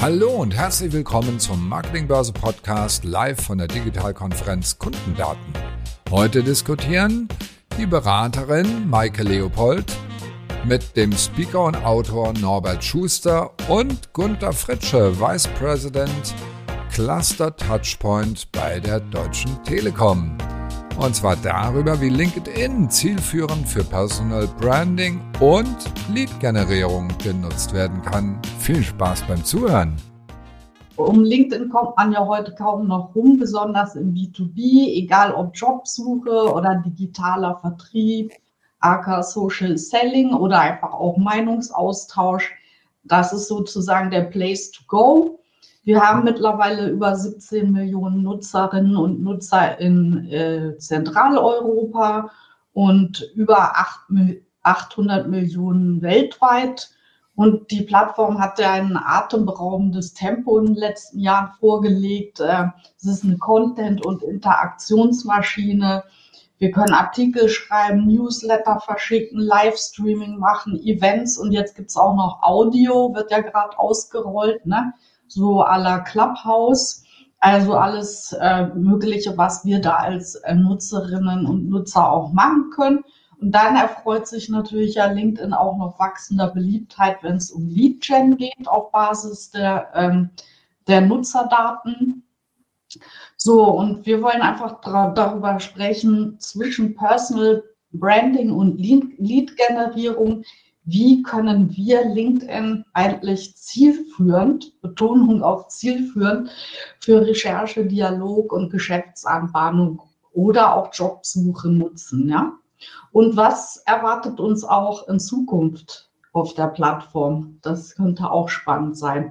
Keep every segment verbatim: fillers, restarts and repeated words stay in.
Hallo und herzlich willkommen zum Marketingbörse-Podcast live von der Digitalkonferenz Kundendaten. Heute diskutieren die Beraterin Maike Leopold mit dem Speaker und Autor Norbert Schuster und Gunter Fritsche, Vice President Cluster Touchpoint bei der Deutschen Telekom. Und zwar darüber, wie LinkedIn zielführend für Personal Branding und Lead-Generierung genutzt werden kann. Viel Spaß beim Zuhören. Um LinkedIn kommt man ja heute kaum noch rum, besonders im B zwei B, egal ob Jobsuche oder digitaler Vertrieb, aka Social Selling oder einfach auch Meinungsaustausch. Das ist sozusagen der Place to go. Wir haben mittlerweile über siebzehn Millionen Nutzerinnen und Nutzer in äh, Zentraleuropa und über achthundert Millionen weltweit. Und die Plattform hat ja ein atemberaubendes Tempo in den letzten Jahren vorgelegt. Es ist eine Content- und Interaktionsmaschine. Wir können Artikel schreiben, Newsletter verschicken, Livestreaming machen, Events und jetzt gibt es auch noch Audio, wird ja gerade ausgerollt, ne? So à la Clubhouse. Also alles äh, Mögliche, was wir da als äh, Nutzerinnen und Nutzer auch machen können. Und dann erfreut sich natürlich ja LinkedIn auch noch wachsender Beliebtheit, wenn es um Lead-Gen geht, auf Basis der, ähm, der Nutzerdaten. So, und wir wollen einfach dra- darüber sprechen, zwischen Personal Branding und Lead-Generierung. Wie können wir LinkedIn eigentlich zielführend, Betonung auf zielführend, für Recherche, Dialog und Geschäftsanbahnung oder auch Jobsuche nutzen, ja? Und was erwartet uns auch in Zukunft auf der Plattform? Das könnte auch spannend sein.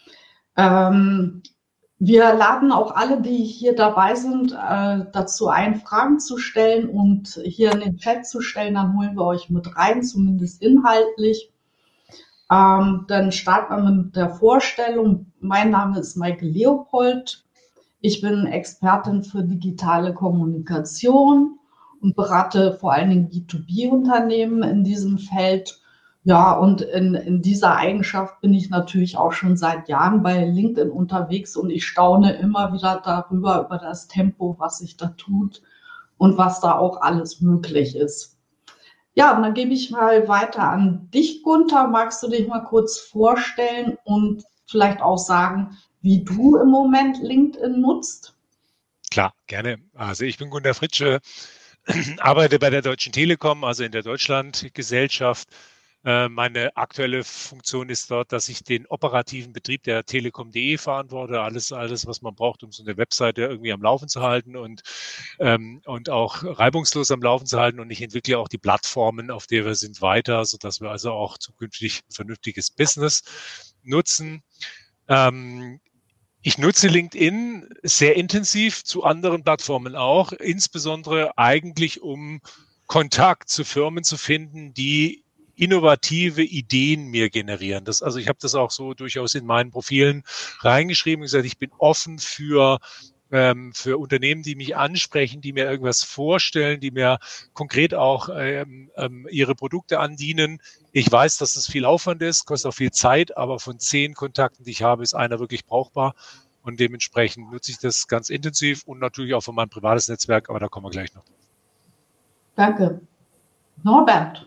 Ähm, wir laden auch alle, die hier dabei sind, äh, dazu ein, Fragen zu stellen und hier in den Chat zu stellen. Dann holen wir euch mit rein, zumindest inhaltlich. Ähm, dann starten wir mit der Vorstellung. Mein Name ist Maike Leopold. Ich bin Expertin für digitale Kommunikation und berate vor allen Dingen B zwei B-Unternehmen in diesem Feld. Ja, und in, in dieser Eigenschaft bin ich natürlich auch schon seit Jahren bei LinkedIn unterwegs und ich staune immer wieder darüber, über das Tempo, was sich da tut und was da auch alles möglich ist. Ja, und dann gebe ich mal weiter an dich, Gunter. Magst du dich mal kurz vorstellen und vielleicht auch sagen, wie du im Moment LinkedIn nutzt? Klar, gerne. Also ich bin Gunter Fritsche, arbeite bei der Deutschen Telekom, also in der Deutschlandgesellschaft. Meine aktuelle Funktion ist dort, dass ich den operativen Betrieb der telekom punkt de verantworte. Alles, alles, was man braucht, um so eine Webseite irgendwie am Laufen zu halten und, ähm, und auch reibungslos am Laufen zu halten. Und ich entwickle auch die Plattformen, auf der wir sind, weiter, sodass wir also auch zukünftig ein vernünftiges Business nutzen. Ähm, Ich nutze LinkedIn sehr intensiv, zu anderen Plattformen auch, insbesondere eigentlich, um Kontakt zu Firmen zu finden, die innovative Ideen mir generieren. Das, also ich habe das auch so durchaus in meinen Profilen reingeschrieben und gesagt, ich bin offen für ähm, für Unternehmen, die mich ansprechen, die mir irgendwas vorstellen, die mir konkret auch ähm, ähm, ihre Produkte andienen. Ich weiß, dass das viel Aufwand ist, kostet auch viel Zeit, aber von zehn Kontakten, die ich habe, ist einer wirklich brauchbar. Und dementsprechend nutze ich das ganz intensiv und natürlich auch für mein privates Netzwerk, aber da kommen wir gleich noch. Danke. Norbert.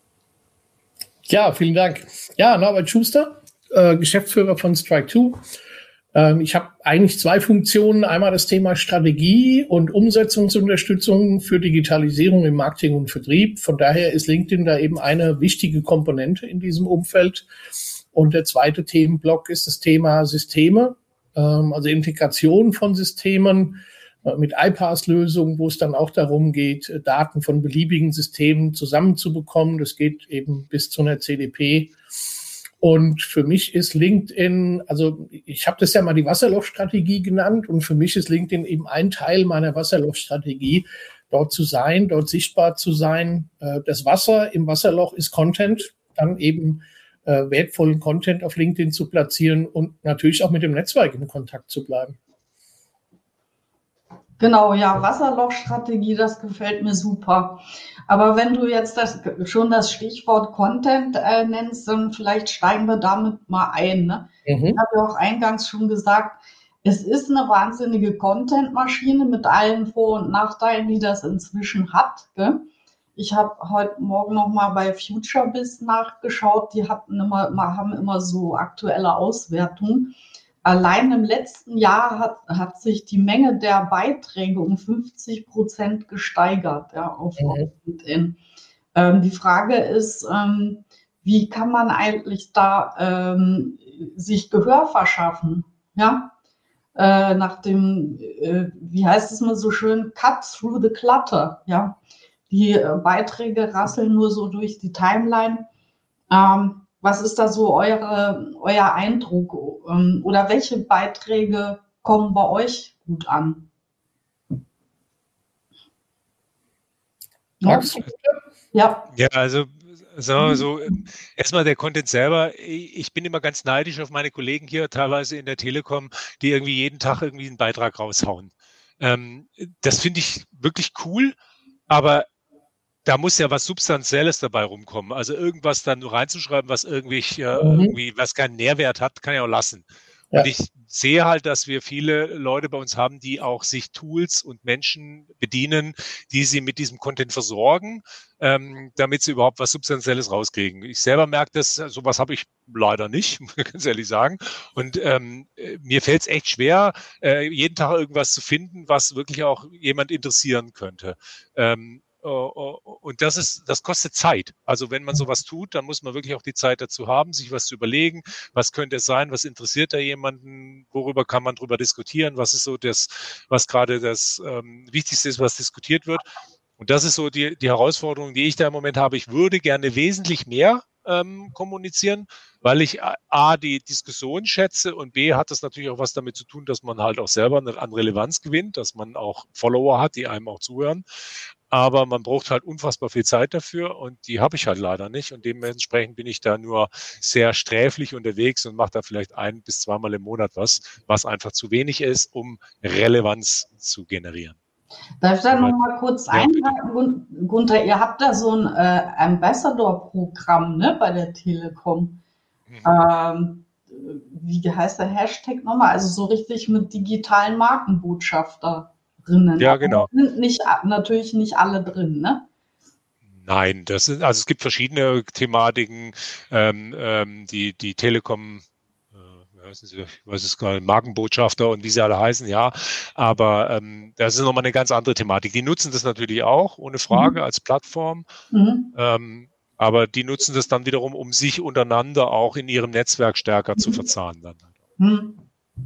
Ja, vielen Dank. Ja, Norbert Schuster, äh, Geschäftsführer von Strike zwei. Ähm, ich habe eigentlich zwei Funktionen. Einmal das Thema Strategie und Umsetzungsunterstützung für Digitalisierung im Marketing und Vertrieb. Von daher ist LinkedIn da eben eine wichtige Komponente in diesem Umfeld. Und der zweite Themenblock ist das Thema Systeme, ähm, also Integration von Systemen äh, mit I P A S-Lösungen, wo es dann auch darum geht, Daten von beliebigen Systemen zusammenzubekommen. Das geht eben bis zu einer C D P. Und für mich ist LinkedIn, also ich habe das ja mal die Wasserlochstrategie genannt und für mich ist LinkedIn eben ein Teil meiner Wasserlochstrategie, dort zu sein, dort sichtbar zu sein. Das Wasser im Wasserloch ist Content, dann eben äh, wertvollen Content auf LinkedIn zu platzieren und natürlich auch mit dem Netzwerk in Kontakt zu bleiben. Genau, ja, Wasserlochstrategie, das gefällt mir super. Aber wenn du jetzt das, schon das Stichwort Content äh, nennst, dann vielleicht steigen wir damit mal ein. Ne? Mhm. Ich habe ja auch eingangs schon gesagt, es ist eine wahnsinnige Content-Maschine mit allen Vor- und Nachteilen, die das inzwischen hat. Gell? Ich habe heute Morgen noch mal bei FutureBiz nachgeschaut. Die hatten immer, haben immer so aktuelle Auswertungen. Allein im letzten Jahr hat, hat sich die Menge der Beiträge um fünfzig Prozent gesteigert, ja, auf Mhm. LinkedIn. Ähm, die Frage ist, ähm, wie kann man eigentlich da ähm, sich Gehör verschaffen? Ja, äh, nach dem, äh, wie heißt es mal so schön, Cut through the clutter. Ja, die äh, Beiträge rasseln nur so durch die Timeline. Ähm, was ist da so eure, euer Eindruck? Ähm, oder welche Beiträge kommen bei euch gut an? Magst du? Ja. Ja, also so, so erstmal der Content selber. Ich bin immer ganz neidisch auf meine Kollegen hier, teilweise in der Telekom, die irgendwie jeden Tag irgendwie einen Beitrag raushauen. Ähm, das finde ich wirklich cool, aber da muss ja was Substanzielles dabei rumkommen. Also irgendwas dann nur reinzuschreiben, was irgendwie, äh, Mhm. irgendwie, was keinen Nährwert hat, kann ich auch lassen. Ja. Und ich sehe halt, dass wir viele Leute bei uns haben, die auch sich Tools und Menschen bedienen, die sie mit diesem Content versorgen, ähm, damit sie überhaupt was Substanzielles rauskriegen. Ich selber merke das, sowas habe ich leider nicht, muss ich ganz ehrlich sagen. Und ähm, mir fällt es echt schwer, äh, jeden Tag irgendwas zu finden, was wirklich auch jemand interessieren könnte. Ähm, Und das ist, das kostet Zeit. Also wenn man sowas tut, dann muss man wirklich auch die Zeit dazu haben, sich was zu überlegen. Was könnte es sein? Was interessiert da jemanden? Worüber kann man drüber diskutieren? Was ist so das, was gerade das ähm, Wichtigste ist, was diskutiert wird? Und das ist so die, die Herausforderung, die ich da im Moment habe. Ich würde gerne wesentlich mehr ähm, kommunizieren, weil ich A, die Diskussion schätze und B, hat das natürlich auch was damit zu tun, dass man halt auch selber an Relevanz gewinnt, dass man auch Follower hat, die einem auch zuhören. Aber man braucht halt unfassbar viel Zeit dafür und die habe ich halt leider nicht. Und dementsprechend bin ich da nur sehr sträflich unterwegs und mache da vielleicht ein bis zweimal im Monat was, was einfach zu wenig ist, um Relevanz zu generieren. Darf ich da noch mal kurz Ja, einhaken, Gunther? Ihr habt da so ein äh, Ambassador-Programm, ne, bei der Telekom. Mhm. Ähm, wie heißt der Hashtag nochmal? Also so richtig mit digitalen Markenbotschafterinnen. Ja, genau. Aber sind nicht, natürlich nicht alle drin, ne? Nein, das sind, also es gibt verschiedene Thematiken, ähm, ähm, die, die Telekom, äh, ich weiß es gar nicht, Markenbotschafter und wie sie alle heißen, ja, aber ähm, das ist nochmal eine ganz andere Thematik. Die nutzen das natürlich auch, ohne Frage, Mhm. als Plattform, Mhm. ähm, aber die nutzen das dann wiederum, um sich untereinander auch in ihrem Netzwerk stärker zu verzahnen. Dann. Mhm.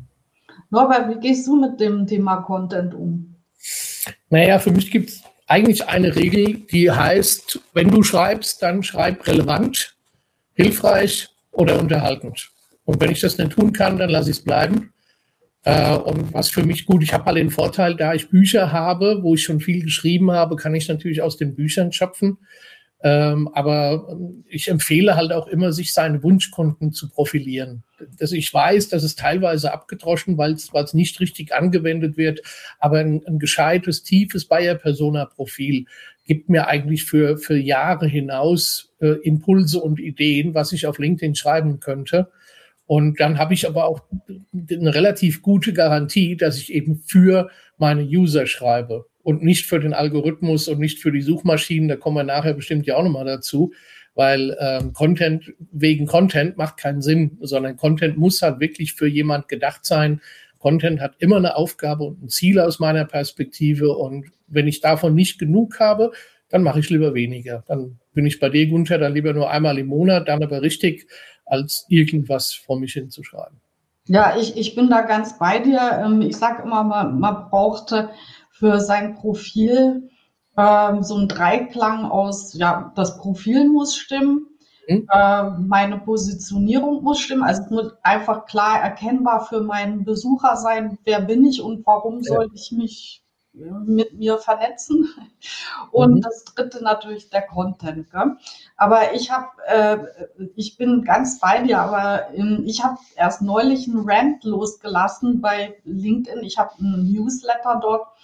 Norbert, wie gehst du mit dem Thema Content um? Naja, für mich gibt es eigentlich eine Regel, die heißt, wenn du schreibst, dann schreib relevant, hilfreich oder unterhaltend. Und wenn ich das nicht tun kann, dann lasse ich es bleiben. Äh, und was für mich gut, ich habe halt den Vorteil, da ich Bücher habe, wo ich schon viel geschrieben habe, kann ich natürlich aus den Büchern schöpfen. Ähm, aber ich empfehle halt auch immer, sich seine Wunschkunden zu profilieren. Das, ich weiß, das ist teilweise abgedroschen, weil es nicht richtig angewendet wird, aber ein, ein gescheites, tiefes Buyer-Persona-Profil gibt mir eigentlich für, für Jahre hinaus äh, Impulse und Ideen, was ich auf LinkedIn schreiben könnte. Und dann habe ich aber auch eine relativ gute Garantie, dass ich eben für meine User schreibe und nicht für den Algorithmus und nicht für die Suchmaschinen. Da kommen wir nachher bestimmt ja auch nochmal dazu, weil ähm, Content wegen Content macht keinen Sinn, sondern Content muss halt wirklich für jemand gedacht sein. Content hat immer eine Aufgabe und ein Ziel aus meiner Perspektive. Und wenn ich davon nicht genug habe, dann mache ich lieber weniger. Dann bin ich bei dir, Gunther, dann lieber nur einmal im Monat, dann aber richtig, als irgendwas vor mich hinzuschreiben. Ja, ich, ich bin da ganz bei dir. Ich sage immer, man, man brauchte für sein Profil ähm, so einen Dreiklang aus, ja, das Profil muss stimmen, hm? äh, meine Positionierung muss stimmen, also es muss einfach klar erkennbar für meinen Besucher sein, wer bin ich und warum ja. soll ich mich mit mir vernetzen. Und mhm. das dritte natürlich der Content. Gell? Aber ich habe, äh, ich bin ganz bei dir, aber ähm, ich habe erst neulich einen Rant losgelassen bei LinkedIn. Ich habe einen Newsletter dort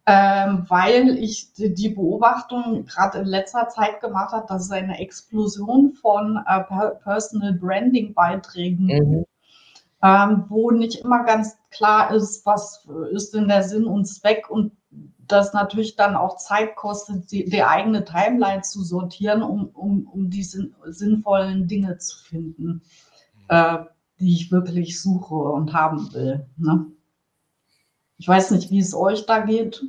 ähm, weil ich die, die Beobachtung gerade in letzter Zeit gemacht habe, dass es eine Explosion von äh, Personal Branding Beiträgen Mhm. ähm, wo nicht immer ganz klar ist, was ist denn der Sinn und Zweck und das natürlich dann auch Zeit kostet, die, die eigene Timeline zu sortieren, um, um, um die sin- sinnvollen Dinge zu finden, äh, die ich wirklich suche und haben will. Ne? Ich weiß nicht, wie es euch da geht.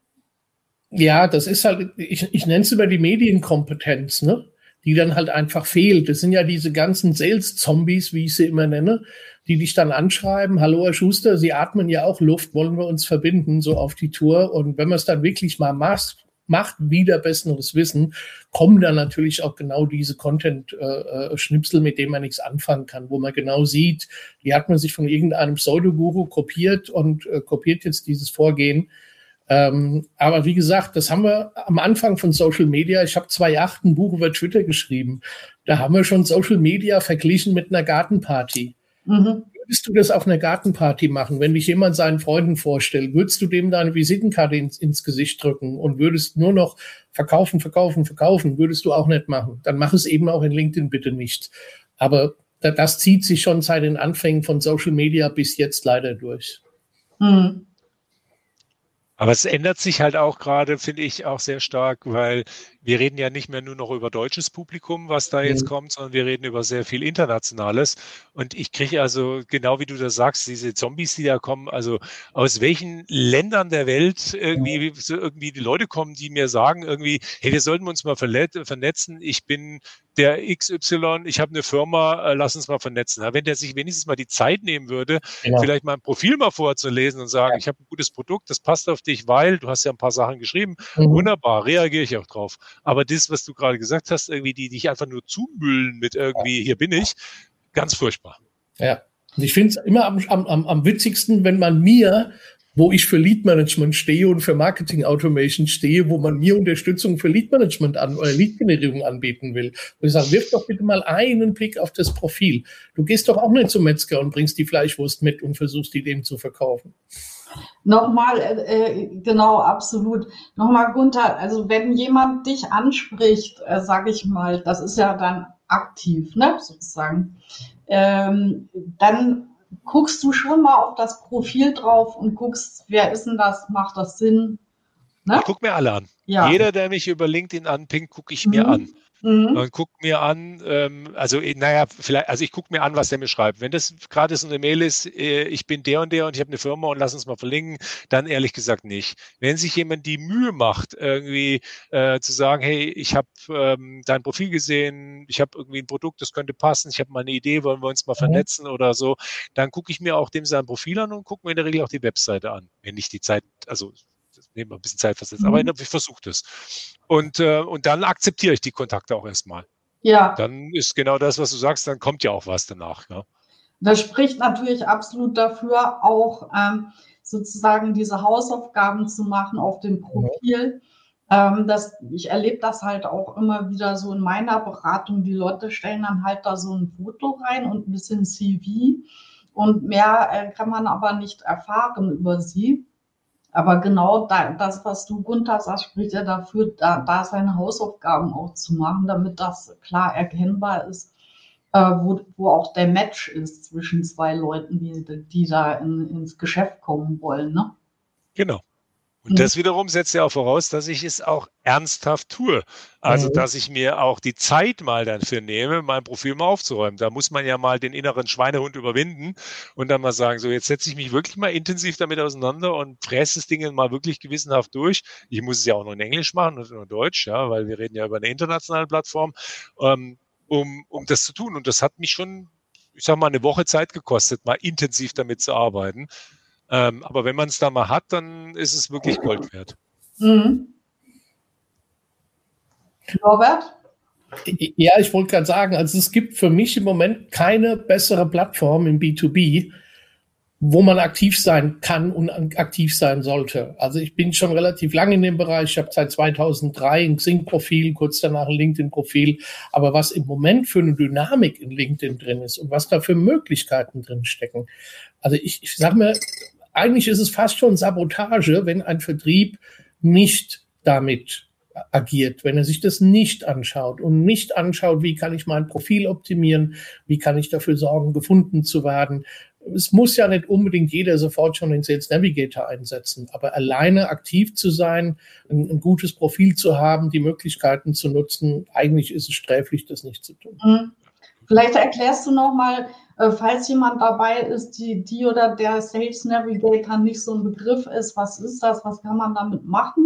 Ja, das ist halt, ich, ich nenne es immer die Medienkompetenz, ne? Die dann halt einfach fehlt. Das sind ja diese ganzen Sales-Zombies, wie ich sie immer nenne, die dich dann anschreiben, hallo Herr Schuster, Sie atmen ja auch Luft, wollen wir uns verbinden, so auf die Tour. Und wenn man es dann wirklich mal macht, macht, wieder besseres Wissen, kommen dann natürlich auch genau diese Content-Schnipsel, mit denen man nichts anfangen kann, wo man genau sieht, die hat man sich von irgendeinem Pseudoguru kopiert und äh, kopiert jetzt dieses Vorgehen. Ähm, aber wie gesagt, das haben wir am Anfang von Social Media. Ich habe zwanzig acht ein Buch über Twitter geschrieben. Da haben wir schon Social Media verglichen mit einer Gartenparty. Mhm. Würdest du das auf einer Gartenparty machen, wenn dich jemand seinen Freunden vorstellt? Würdest du dem deine Visitenkarte ins, ins Gesicht drücken und würdest nur noch verkaufen, verkaufen, verkaufen? Würdest du auch nicht machen. Dann mach es eben auch in LinkedIn bitte nicht. Aber das zieht sich schon seit den Anfängen von Social Media bis jetzt leider durch. Mhm. Aber es ändert sich halt auch gerade, finde ich, auch sehr stark, weil wir reden ja nicht mehr nur noch über deutsches Publikum, was da jetzt mhm. kommt, sondern wir reden über sehr viel Internationales. Und ich kriege also, genau wie du das sagst, diese Zombies, die da kommen, also aus welchen Ländern der Welt irgendwie, mhm. so irgendwie die Leute kommen, die mir sagen irgendwie, hey, wir sollten uns mal vernetzen. Ich bin der X Y, ich habe eine Firma, äh, lass uns mal vernetzen. Ja, wenn der sich wenigstens mal die Zeit nehmen würde, genau. vielleicht mal ein Profil mal vorzulesen und sagen, ja. ich habe ein gutes Produkt, das passt auf dich, weil du hast ja ein paar Sachen geschrieben. Mhm. Wunderbar, reagiere ich auch drauf. Aber das, was du gerade gesagt hast, irgendwie die dich einfach nur zumüllen mit irgendwie, ja. hier bin ich, ganz furchtbar. Ja, und ich finde es immer am, am, am witzigsten, wenn man mir, wo ich für Lead Management stehe und für Marketing Automation stehe, wo man mir Unterstützung für Lead Management an oder Lead-Generierung anbieten will. Und ich sage, wirf doch bitte mal einen Blick auf das Profil. Du gehst doch auch nicht zum Metzger und bringst die Fleischwurst mit und versuchst die dem zu verkaufen. Nochmal, äh, genau, absolut. Nochmal, Gunther, also wenn jemand dich anspricht, äh, sage ich mal, das ist ja dann aktiv, ne, sozusagen, ähm, dann guckst du schon mal auf das Profil drauf und guckst, wer ist denn das, macht das Sinn? Ne? Ich gucke mir alle an. Ja. Jeder, der mich über LinkedIn anpingt, gucke ich mhm. mir an. Mhm. Und guck mir an, ähm, also naja, vielleicht, also ich gucke mir an, was der mir schreibt. Wenn das gerade so eine Mail ist, äh, ich bin der und der und ich habe eine Firma und lass uns mal verlinken, dann ehrlich gesagt nicht. Wenn sich jemand die Mühe macht, irgendwie äh, zu sagen, hey, ich habe ähm, dein Profil gesehen, ich habe irgendwie ein Produkt, das könnte passen, ich habe mal eine Idee, wollen wir uns mal mhm. vernetzen oder so, dann gucke ich mir auch dem sein Profil an und gucke mir in der Regel auch die Webseite an, wenn ich die Zeit, also nehmen wir ein bisschen Zeit versetzt, mhm. aber ich versuche das. Und, äh, und dann akzeptiere ich die Kontakte auch erstmal. Ja. Dann ist genau das, was du sagst, dann kommt ja auch was danach. Ja. Das spricht natürlich absolut dafür, auch ähm, sozusagen diese Hausaufgaben zu machen auf dem Profil. Mhm. Ähm, das, ich erlebe das halt auch immer wieder so in meiner Beratung. Die Leute stellen dann halt da so ein Foto rein und ein bisschen C V und mehr äh, kann man aber nicht erfahren über sie. Aber genau da, das, was du, Gunther, sagst, spricht ja dafür, da, da seine Hausaufgaben auch zu machen, damit das klar erkennbar ist, äh, wo, wo auch der Match ist zwischen zwei Leuten, die, die da in, ins Geschäft kommen wollen. Ne? Genau. Und das wiederum setzt ja auch voraus, dass ich es auch ernsthaft tue. Also, mhm. dass ich mir auch die Zeit mal dafür nehme, mein Profil mal aufzuräumen. Da muss man ja mal den inneren Schweinehund überwinden und dann mal sagen, so jetzt setze ich mich wirklich mal intensiv damit auseinander und fresse das Ding mal wirklich gewissenhaft durch. Ich muss es ja auch noch in Englisch machen und in Deutsch, ja, weil wir reden ja über eine internationale Plattform, ähm, um, um das zu tun. Und das hat mich schon, ich sag mal, eine Woche Zeit gekostet, mal intensiv damit zu arbeiten. Ähm, aber wenn man es da mal hat, dann ist es wirklich Gold wert. Mhm. Robert? Ja, ich wollte gerade sagen, also es gibt für mich im Moment keine bessere Plattform im B zwei B, wo man aktiv sein kann und aktiv sein sollte. Also ich bin schon relativ lange in dem Bereich. Ich habe seit zweitausenddrei ein Xing-Profil, kurz danach ein LinkedIn-Profil. Aber was im Moment für eine Dynamik in LinkedIn drin ist und was da für Möglichkeiten drin stecken. Also ich, ich sage mir, eigentlich ist es fast schon Sabotage, wenn ein Vertrieb nicht damit agiert, wenn er sich das nicht anschaut und nicht anschaut, wie kann ich mein Profil optimieren, wie kann ich dafür sorgen, gefunden zu werden. Es muss ja nicht unbedingt jeder sofort schon den Sales Navigator einsetzen, aber alleine aktiv zu sein, ein, ein gutes Profil zu haben, die Möglichkeiten zu nutzen, eigentlich ist es sträflich, das nicht zu tun. Mhm. Vielleicht erklärst du nochmal, äh, falls jemand dabei ist, die, die oder der Sales Navigator nicht so ein Begriff ist, was ist das, was kann man damit machen?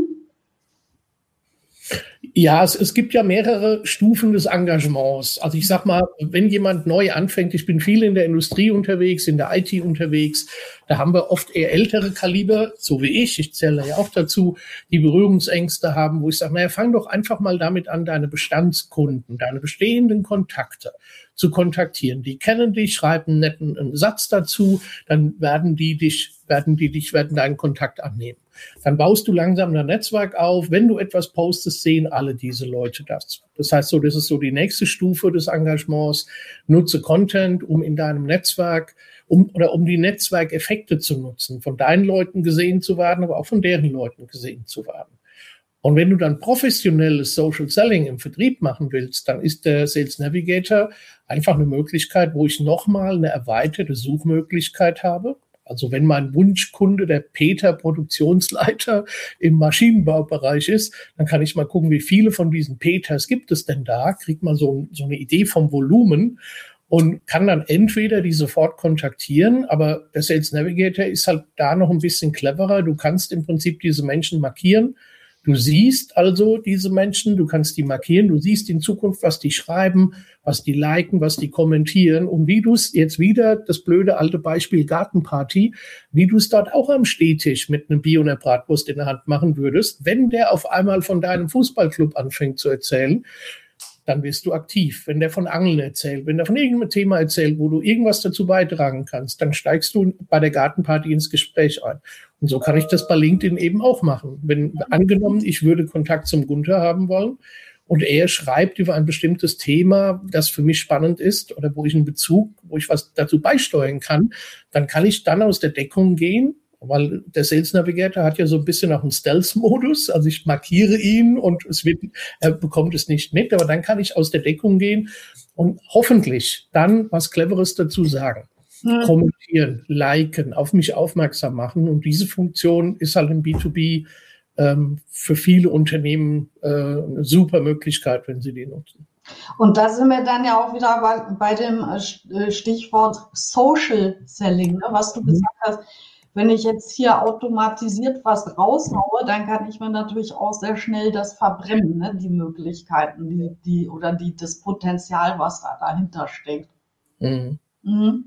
Ja, es, es gibt ja mehrere Stufen des Engagements. Also ich sag mal, wenn jemand neu anfängt, ich bin viel in der Industrie unterwegs, in der I T unterwegs, da haben wir oft eher ältere Kaliber, so wie ich, ich zähle ja auch dazu, die Berührungsängste haben, wo ich sage, naja, fang doch einfach mal damit an, deine Bestandskunden, deine bestehenden Kontakte zu kontaktieren. Die kennen dich, schreiben einen netten einen Satz dazu, dann werden die dich, werden die dich, werden deinen Kontakt annehmen. Dann baust du langsam ein Netzwerk auf. Wenn du etwas postest, sehen alle diese Leute das. Das heißt so, das ist so die nächste Stufe des Engagements. Nutze Content, um in deinem Netzwerk, um, oder um die Netzwerkeffekte zu nutzen, von deinen Leuten gesehen zu werden, aber auch von deren Leuten gesehen zu werden. Und wenn du dann professionelles Social Selling im Vertrieb machen willst, dann ist der Sales Navigator einfach eine Möglichkeit, wo ich nochmal eine erweiterte Suchmöglichkeit habe. Also wenn mein Wunschkunde der Peter Produktionsleiter im Maschinenbaubereich ist, dann kann ich mal gucken, wie viele von diesen Peters gibt es denn da, kriegt man so, so eine Idee vom Volumen und kann dann entweder die sofort kontaktieren, aber der Sales Navigator ist halt da noch ein bisschen cleverer. Du kannst im Prinzip diese Menschen markieren. Du siehst also diese Menschen, du kannst die markieren, du siehst in Zukunft, was die schreiben, was die liken, was die kommentieren und wie du es jetzt wieder, das blöde alte Beispiel Gartenparty, wie du es dort auch am Stehtisch mit einem Bier und einer Bratwurst in der Hand machen würdest, wenn der auf einmal von deinem Fußballclub anfängt zu erzählen, dann wirst du aktiv. Wenn der von Angeln erzählt, wenn der von irgendeinem Thema erzählt, wo du irgendwas dazu beitragen kannst, dann steigst du bei der Gartenparty ins Gespräch ein. Und so kann ich das bei LinkedIn eben auch machen. Wenn angenommen, ich würde Kontakt zum Gunther haben wollen und er schreibt über ein bestimmtes Thema, das für mich spannend ist oder wo ich einen Bezug, wo ich was dazu beisteuern kann, dann kann ich dann aus der Deckung gehen, weil der Sales Navigator hat ja so ein bisschen auch einen Stealth-Modus, also ich markiere ihn und es wird, er bekommt es nicht mit, aber dann kann ich aus der Deckung gehen und hoffentlich dann was Cleveres dazu sagen. Hm. Kommentieren, liken, auf mich aufmerksam machen und diese Funktion ist halt im B zwei B ähm, für viele Unternehmen äh, eine super Möglichkeit, wenn sie die nutzen. Und da sind wir dann ja auch wieder bei, bei dem Stichwort Social Selling, ne, was du gesagt hast. Wenn ich jetzt hier automatisiert was raushaue, dann kann ich mir natürlich auch sehr schnell das verbrennen, ne? Die Möglichkeiten, die, die oder die, das Potenzial, was da dahinter steckt. Mhm. Mhm.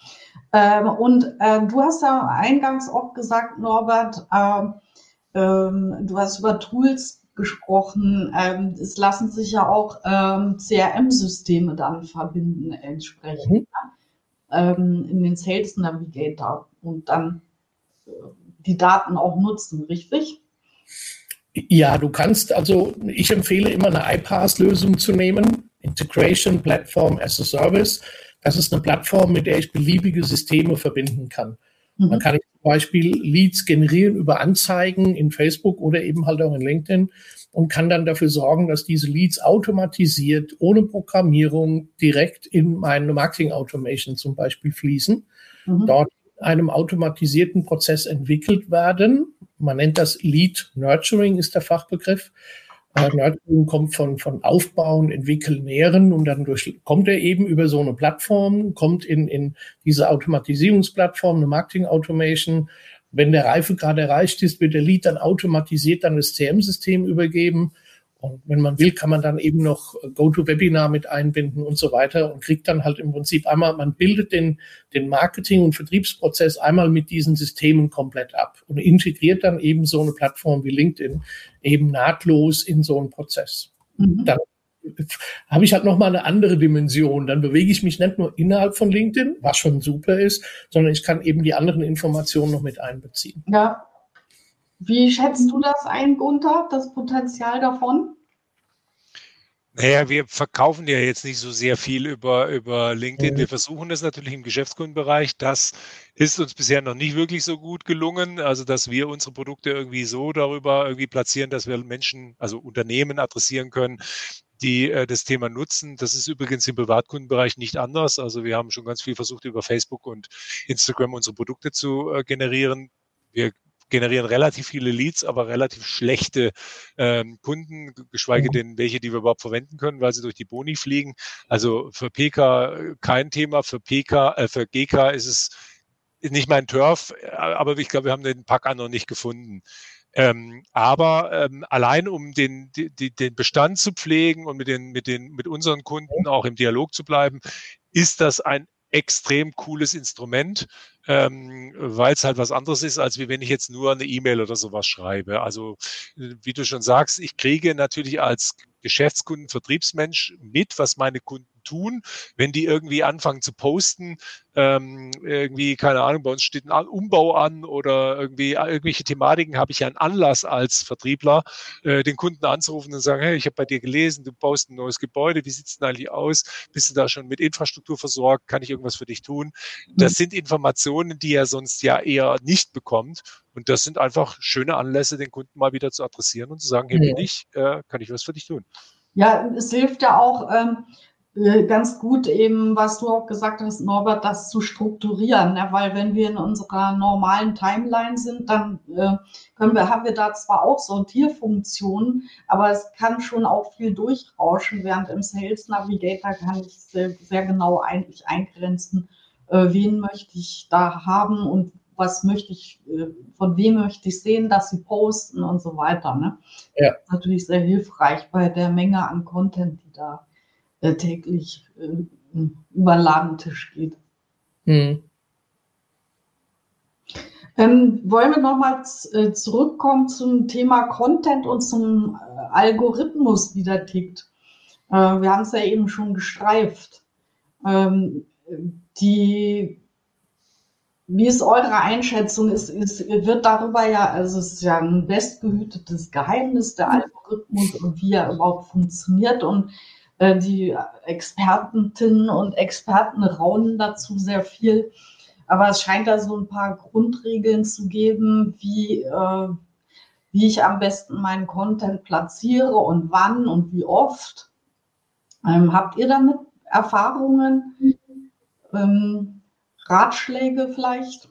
Ähm, und äh, du hast ja eingangs auch gesagt, Norbert, äh, ähm, du hast über Tools gesprochen. Ähm, es lassen sich ja auch ähm, C R M-Systeme dann verbinden entsprechend, mhm. ne? ähm, in den Sales Navigator und dann die Daten auch nutzen, richtig? Ja, du kannst, also ich empfehle immer eine I PaaS-Lösung zu nehmen, Integration Platform as a Service. Das ist eine Plattform, mit der ich beliebige Systeme verbinden kann. Mhm. Man kann zum Beispiel Leads generieren über Anzeigen in Facebook oder eben halt auch in LinkedIn und kann dann dafür sorgen, dass diese Leads automatisiert, ohne Programmierung, direkt in meine Marketing Automation zum Beispiel fließen. Mhm. Dort einem automatisierten Prozess entwickelt werden. Man nennt das Lead Nurturing, ist der Fachbegriff. Äh, Nurturing kommt von, von Aufbauen, Entwickeln, Nähren und dann durch, kommt er eben über so eine Plattform, kommt in, in diese Automatisierungsplattform, eine Marketing Automation. Wenn der Reifegrad erreicht ist, wird der Lead dann automatisiert an das C R M-System übergeben. Und wenn man will, kann man dann eben noch GoToWebinar mit einbinden und so weiter und kriegt dann halt im Prinzip einmal, man bildet den, den Marketing- und Vertriebsprozess einmal mit diesen Systemen komplett ab und integriert dann eben so eine Plattform wie LinkedIn eben nahtlos in so einen Prozess. Mhm. Dann habe ich halt nochmal eine andere Dimension. Dann bewege ich mich nicht nur innerhalb von LinkedIn, was schon super ist, sondern ich kann eben die anderen Informationen noch mit einbeziehen. Ja. Wie schätzt du das ein, Gunther, das Potenzial davon? Naja, wir verkaufen ja jetzt nicht so sehr viel über, über LinkedIn. Wir versuchen das natürlich im Geschäftskundenbereich. Das ist uns bisher noch nicht wirklich so gut gelungen. Also, dass wir unsere Produkte irgendwie so darüber irgendwie platzieren, dass wir Menschen, also Unternehmen adressieren können, die äh, das Thema nutzen. Das ist übrigens im Privatkundenbereich nicht anders. Also, wir haben schon ganz viel versucht, über Facebook und Instagram unsere Produkte zu äh, generieren. Wir generieren relativ viele Leads, aber relativ schlechte ähm, Kunden, geschweige denn welche, die wir überhaupt verwenden können, weil sie durch die Boni fliegen. Also für P K kein Thema, für P K, äh, für G K ist es nicht mein Turf, aber ich glaube, wir haben den Pack noch nicht gefunden. Ähm, aber ähm, allein um den, die, den Bestand zu pflegen und mit, den, mit, den, mit unseren Kunden auch im Dialog zu bleiben, ist das ein extrem cooles Instrument, ähm, weil es halt was anderes ist, als wie wenn ich jetzt nur eine E-Mail oder sowas schreibe. Also wie du schon sagst, ich kriege natürlich als Geschäftskunden, Vertriebsmensch mit, was meine Kunden tun, wenn die irgendwie anfangen zu posten, ähm, irgendwie, keine Ahnung, bei uns steht ein Umbau an oder irgendwie irgendwelche Thematiken, habe ich ja einen Anlass als Vertriebler, äh, den Kunden anzurufen und sagen, hey, ich habe bei dir gelesen, du baust ein neues Gebäude, wie sieht's denn eigentlich aus? Bist du da schon mit Infrastruktur versorgt? Kann ich irgendwas für dich tun? Das sind Informationen, die er sonst ja eher nicht bekommt. Und das sind einfach schöne Anlässe, den Kunden mal wieder zu adressieren und zu sagen, hier bin ich, äh, kann ich was für dich tun? Ja, es hilft ja auch ähm, ganz gut eben, was du auch gesagt hast, Norbert, das zu strukturieren, ne? Weil wenn wir in unserer normalen Timeline sind, dann äh, können wir, haben wir da zwar auch Sortierfunktionen, aber es kann schon auch viel durchrauschen, während im Sales Navigator kann ich sehr, sehr genau eigentlich eingrenzen, äh, wen möchte ich da haben und was möchte ich, äh, von wem möchte ich sehen, dass sie posten und so weiter. Ne? Ja. Das ist natürlich sehr hilfreich bei der Menge an Content, die da äh, täglich äh, über den Ladentisch geht. Hm. Ähm, wollen wir nochmal äh, zurückkommen zum Thema Content und zum äh, Algorithmus, wie der tickt. Äh, wir haben es ja eben schon gestreift. Ähm, die Wie ist eure Einschätzung? Es, es wird darüber ja, also es ist ja ein bestgehütetes Geheimnis, der Algorithmus und wie er überhaupt funktioniert. Und äh, die Expertinnen und Experten raunen dazu sehr viel. Aber es scheint da so ein paar Grundregeln zu geben, wie, äh, wie ich am besten meinen Content platziere und wann und wie oft. Ähm, habt ihr damit Erfahrungen? Ähm, Ratschläge vielleicht?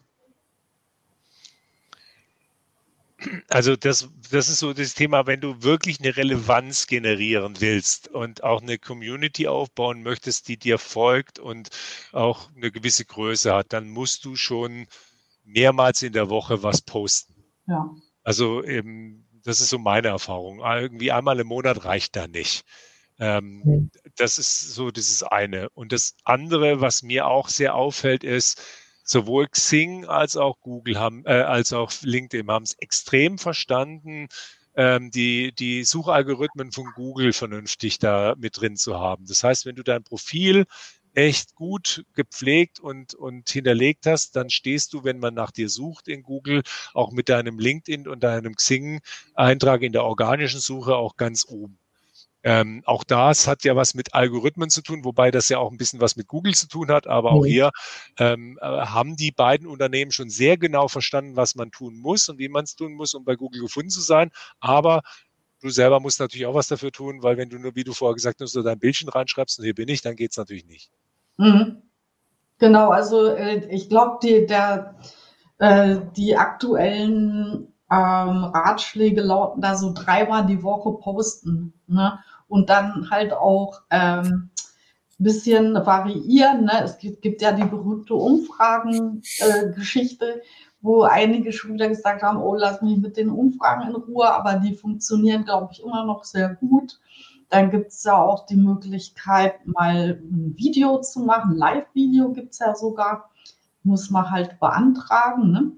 Also das, das ist so das Thema, wenn du wirklich eine Relevanz generieren willst und auch eine Community aufbauen möchtest, die dir folgt und auch eine gewisse Größe hat, dann musst du schon mehrmals in der Woche was posten. Ja. Also eben, das ist so meine Erfahrung. Irgendwie einmal im Monat reicht da nicht. Ähm, Mhm. Das ist so dieses eine. Und das andere, was mir auch sehr auffällt, ist, sowohl Xing als auch Google haben, äh, als auch LinkedIn haben es extrem verstanden, ähm, die, die Suchalgorithmen von Google vernünftig da mit drin zu haben. Das heißt, wenn du dein Profil echt gut gepflegt und, und hinterlegt hast, dann stehst du, wenn man nach dir sucht in Google, auch mit deinem LinkedIn und deinem Xing-Eintrag in der organischen Suche auch ganz oben. Ähm, auch das hat ja was mit Algorithmen zu tun, wobei das ja auch ein bisschen was mit Google zu tun hat. Aber auch Mhm. hier ähm, äh, haben die beiden Unternehmen schon sehr genau verstanden, was man tun muss und wie man es tun muss, um bei Google gefunden zu sein. Aber du selber musst natürlich auch was dafür tun, weil wenn du nur, wie du vorher gesagt hast, nur dein Bildchen reinschreibst und hier bin ich, dann geht es natürlich nicht. Mhm. Genau, also äh, ich glaube, die, der, äh, die aktuellen ähm, Ratschläge lauten da so dreimal die Woche posten, ne? Und dann halt auch ähm, ein bisschen variieren, ne? Es gibt, gibt ja die berühmte Umfragen-Geschichte, äh, wo einige schon wieder gesagt haben, oh, lass mich mit den Umfragen in Ruhe, aber die funktionieren, glaube ich, immer noch sehr gut. Dann gibt es ja auch die Möglichkeit, mal ein Video zu machen. Live-Video gibt es ja sogar. Muss man halt beantragen. Ne?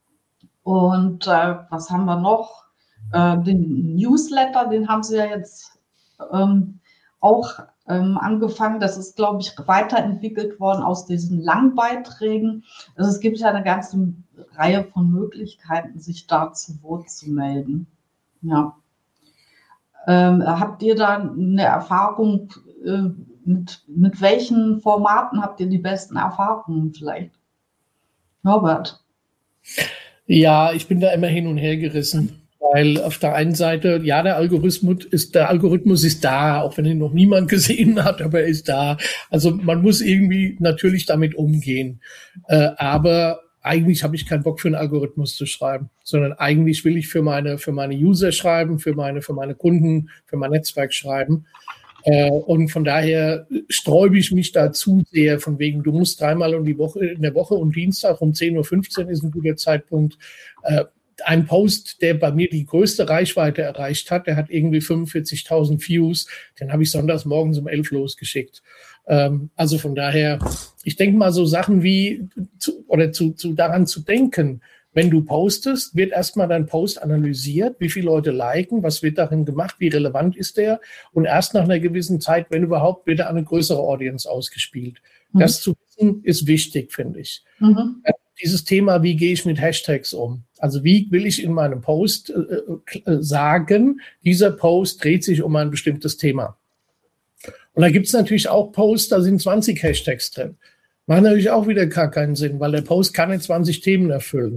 Und äh, was haben wir noch? Äh, den Newsletter, den haben sie ja jetzt ähm, auch ähm, angefangen. Das ist, glaube ich, weiterentwickelt worden aus diesen Langbeiträgen. Also es gibt ja eine ganze Reihe von Möglichkeiten, sich da zu Wort zu melden. Ja. Ähm, habt ihr da eine Erfahrung, äh, mit, mit welchen Formaten habt ihr die besten Erfahrungen vielleicht? Norbert? Ja, ich bin da immer hin und her gerissen, weil auf der einen Seite, ja, der Algorithmus ist, der Algorithmus ist da, auch wenn ihn noch niemand gesehen hat, aber er ist da. Also man muss irgendwie natürlich damit umgehen. Äh, aber eigentlich habe ich keinen Bock für einen Algorithmus zu schreiben, sondern eigentlich will ich für meine, für meine User schreiben, für meine, für meine Kunden, für mein Netzwerk schreiben. Äh, und von daher sträube ich mich da zu sehr, von wegen, du musst dreimal in, die Woche, in der Woche und Dienstag um zehn Uhr fünfzehn ist ein guter Zeitpunkt. Äh, ein Post, der bei mir die größte Reichweite erreicht hat, der hat irgendwie fünfundvierzigtausend Views, den habe ich sonntags morgens um elf losgeschickt. Ähm, also von daher, ich denke mal so Sachen wie, zu, oder zu, zu daran zu denken, wenn du postest, wird erstmal dein Post analysiert, wie viele Leute liken, was wird darin gemacht, wie relevant ist der, und erst nach einer gewissen Zeit, wenn überhaupt, wird er an eine größere Audience ausgespielt. Mhm. Das zu wissen ist wichtig, finde ich. Mhm. Dieses Thema, wie gehe ich mit Hashtags um? Also wie will ich in meinem Post äh, sagen, dieser Post dreht sich um ein bestimmtes Thema. Und da gibt es natürlich auch Posts, da sind zwanzig Hashtags drin. Macht natürlich auch wieder gar keinen Sinn, weil der Post kann nicht zwanzig Themen erfüllen.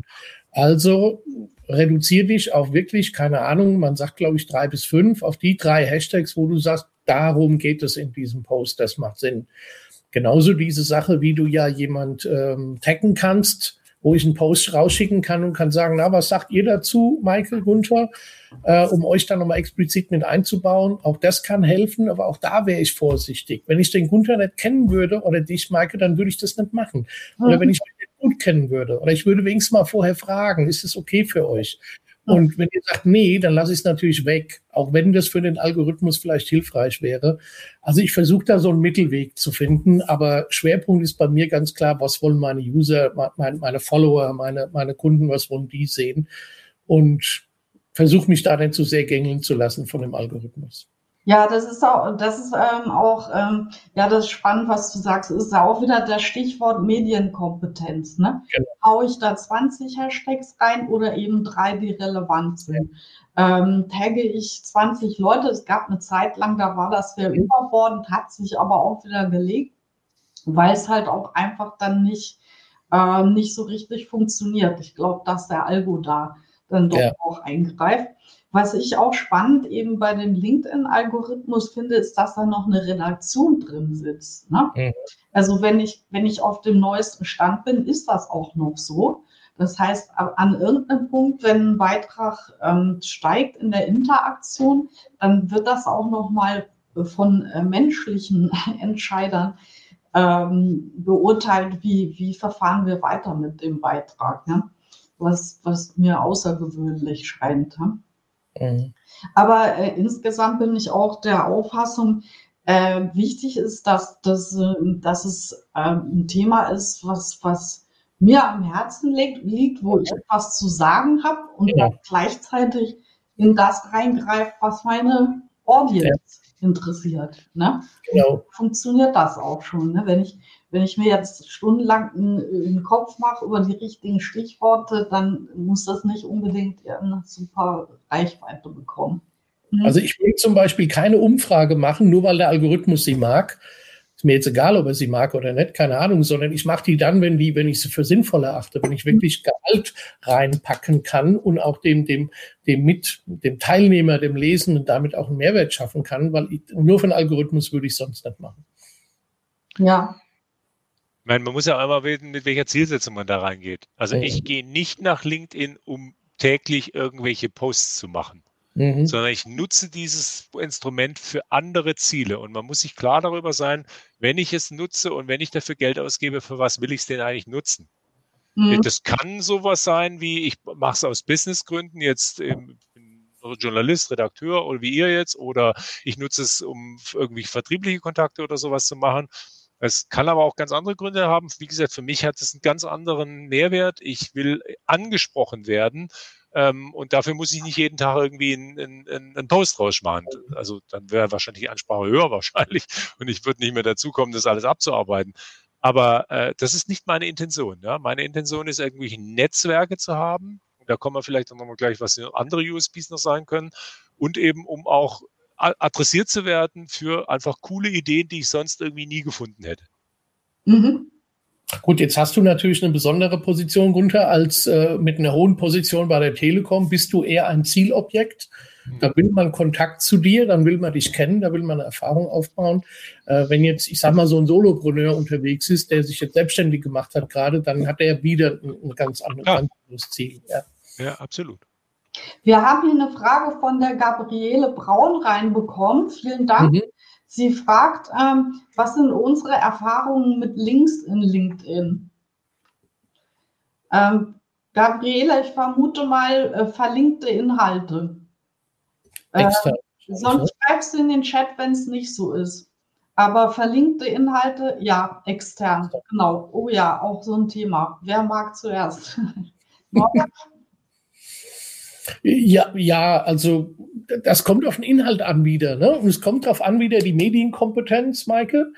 Also reduziere dich auf wirklich, keine Ahnung, man sagt, glaube ich, drei bis fünf, auf die drei Hashtags, wo du sagst, darum geht es in diesem Post, das macht Sinn. Genauso diese Sache, wie du ja jemand ähm, taggen kannst, wo ich einen Post rausschicken kann und kann sagen, na, was sagt ihr dazu, Michael, Gunther, äh, um euch dann nochmal explizit mit einzubauen. Auch das kann helfen, aber auch da wäre ich vorsichtig. Wenn ich den Gunther nicht kennen würde oder dich, Michael, dann würde ich das nicht machen. Oder wenn ich mich nicht gut kennen würde oder ich würde wenigstens mal vorher fragen, ist es okay für euch? Und wenn ihr sagt, nee, dann lasse ich es natürlich weg, auch wenn das für den Algorithmus vielleicht hilfreich wäre. Also ich versuche da so einen Mittelweg zu finden, aber Schwerpunkt ist bei mir ganz klar, was wollen meine User, meine, meine Follower, meine, meine Kunden, was wollen die sehen? Und versuche mich da nicht zu sehr gängeln zu lassen von dem Algorithmus. Ja, das ist auch, das ist ähm, auch, ähm, ja, das ist spannend, was du sagst. Ist auch wieder das Stichwort Medienkompetenz, ne? Genau. Hau ich da zwanzig Hashtags rein oder eben drei, die relevant sind? Ja. Ähm, tagge ich zwanzig Leute? Es gab eine Zeit lang, da war das sehr überbordend, hat sich aber auch wieder gelegt, weil es halt auch einfach dann nicht, äh, nicht so richtig funktioniert. Ich glaube, dass der Algo da dann doch ja. auch eingreift. Was ich auch spannend eben bei dem LinkedIn-Algorithmus finde, ist, dass da noch eine Redaktion drin sitzt. Ne? Mhm. Also wenn ich, wenn ich auf dem neuesten Stand bin, ist das auch noch so. Das heißt, an irgendeinem Punkt, wenn ein Beitrag ähm, steigt in der Interaktion, dann wird das auch nochmal von äh, menschlichen Entscheidern ähm, beurteilt, wie, wie verfahren wir weiter mit dem Beitrag. Ne? Was, was mir außergewöhnlich scheint. Ne? Mhm. Aber äh, insgesamt bin ich auch der Auffassung, äh, wichtig ist, dass, dass, äh, dass es äh, ein Thema ist, was, was mir am Herzen liegt, liegt, wo ich etwas zu sagen habe und ja. gleichzeitig in das reingreift, was meine Audience ja. interessiert. Ne? Genau. Funktioniert das auch schon. Ne? Wenn ich Wenn ich mir jetzt stundenlang einen Kopf mache über die richtigen Stichworte, dann muss das nicht unbedingt eine super Reichweite bekommen. Mhm. Also ich will zum Beispiel keine Umfrage machen, nur weil der Algorithmus sie mag. Ist mir jetzt egal, ob er sie mag oder nicht, keine Ahnung, sondern ich mache die dann, wenn die, wenn ich sie für sinnvoll erachte, wenn ich wirklich Gehalt reinpacken kann und auch dem, dem, dem mit, dem Teilnehmer, dem Lesenden damit auch einen Mehrwert schaffen kann, weil ich, nur für den Algorithmus würde ich es sonst nicht machen. Ja. Ich meine, man muss ja einmal wissen, mit welcher Zielsetzung man da reingeht. Also mhm. ich gehe nicht nach LinkedIn, um täglich irgendwelche Posts zu machen, mhm. sondern ich nutze dieses Instrument für andere Ziele. Und man muss sich klar darüber sein, wenn ich es nutze und wenn ich dafür Geld ausgebe, für was will ich es denn eigentlich nutzen? Mhm. Das kann sowas sein, wie ich mache es aus Businessgründen, jetzt im Journalist, Redakteur oder wie ihr jetzt, oder ich nutze es, um irgendwie vertriebliche Kontakte oder sowas zu machen. Es kann aber auch ganz andere Gründe haben. Wie gesagt, für mich hat es einen ganz anderen Mehrwert. Ich will angesprochen werden ähm, und dafür muss ich nicht jeden Tag irgendwie einen, einen, einen Post rausmachen. Also dann wäre wahrscheinlich die Ansprache höher wahrscheinlich und ich würde nicht mehr dazu kommen, das alles abzuarbeiten. Aber äh, das ist nicht meine Intention. Ja? Meine Intention ist, irgendwelche Netzwerke zu haben. Und da kommen wir vielleicht auch noch mal gleich, was andere U S Ps noch sein können. Und eben, um auch adressiert zu werden für einfach coole Ideen, die ich sonst irgendwie nie gefunden hätte. Mhm. Gut, jetzt hast du natürlich eine besondere Position, Gunther, als äh, mit einer hohen Position bei der Telekom bist du eher ein Zielobjekt. Da will man Kontakt zu dir, dann will man dich kennen, da will man eine Erfahrung aufbauen. Äh, wenn jetzt, ich sag mal, so ein Solopreneur unterwegs ist, der sich jetzt selbstständig gemacht hat gerade, dann hat er wieder ein, ein ganz, anderes, ja. ganz anderes Ziel. Ja. Ja, absolut. Wir haben hier eine Frage von der Gabriele Braun reinbekommen. Vielen Dank. Mhm. Sie fragt, ähm, was sind unsere Erfahrungen mit Links in LinkedIn? Ähm, Gabriele, ich vermute mal äh, verlinkte Inhalte. Äh, sonst schreibst du in den Chat, wenn es nicht so ist. Aber verlinkte Inhalte, ja, extern. Genau. Oh ja, auch so ein Thema. Wer mag zuerst? Ja, ja, also das kommt auf den Inhalt an wieder, ne? Und es kommt darauf an wieder die Medienkompetenz, Maike.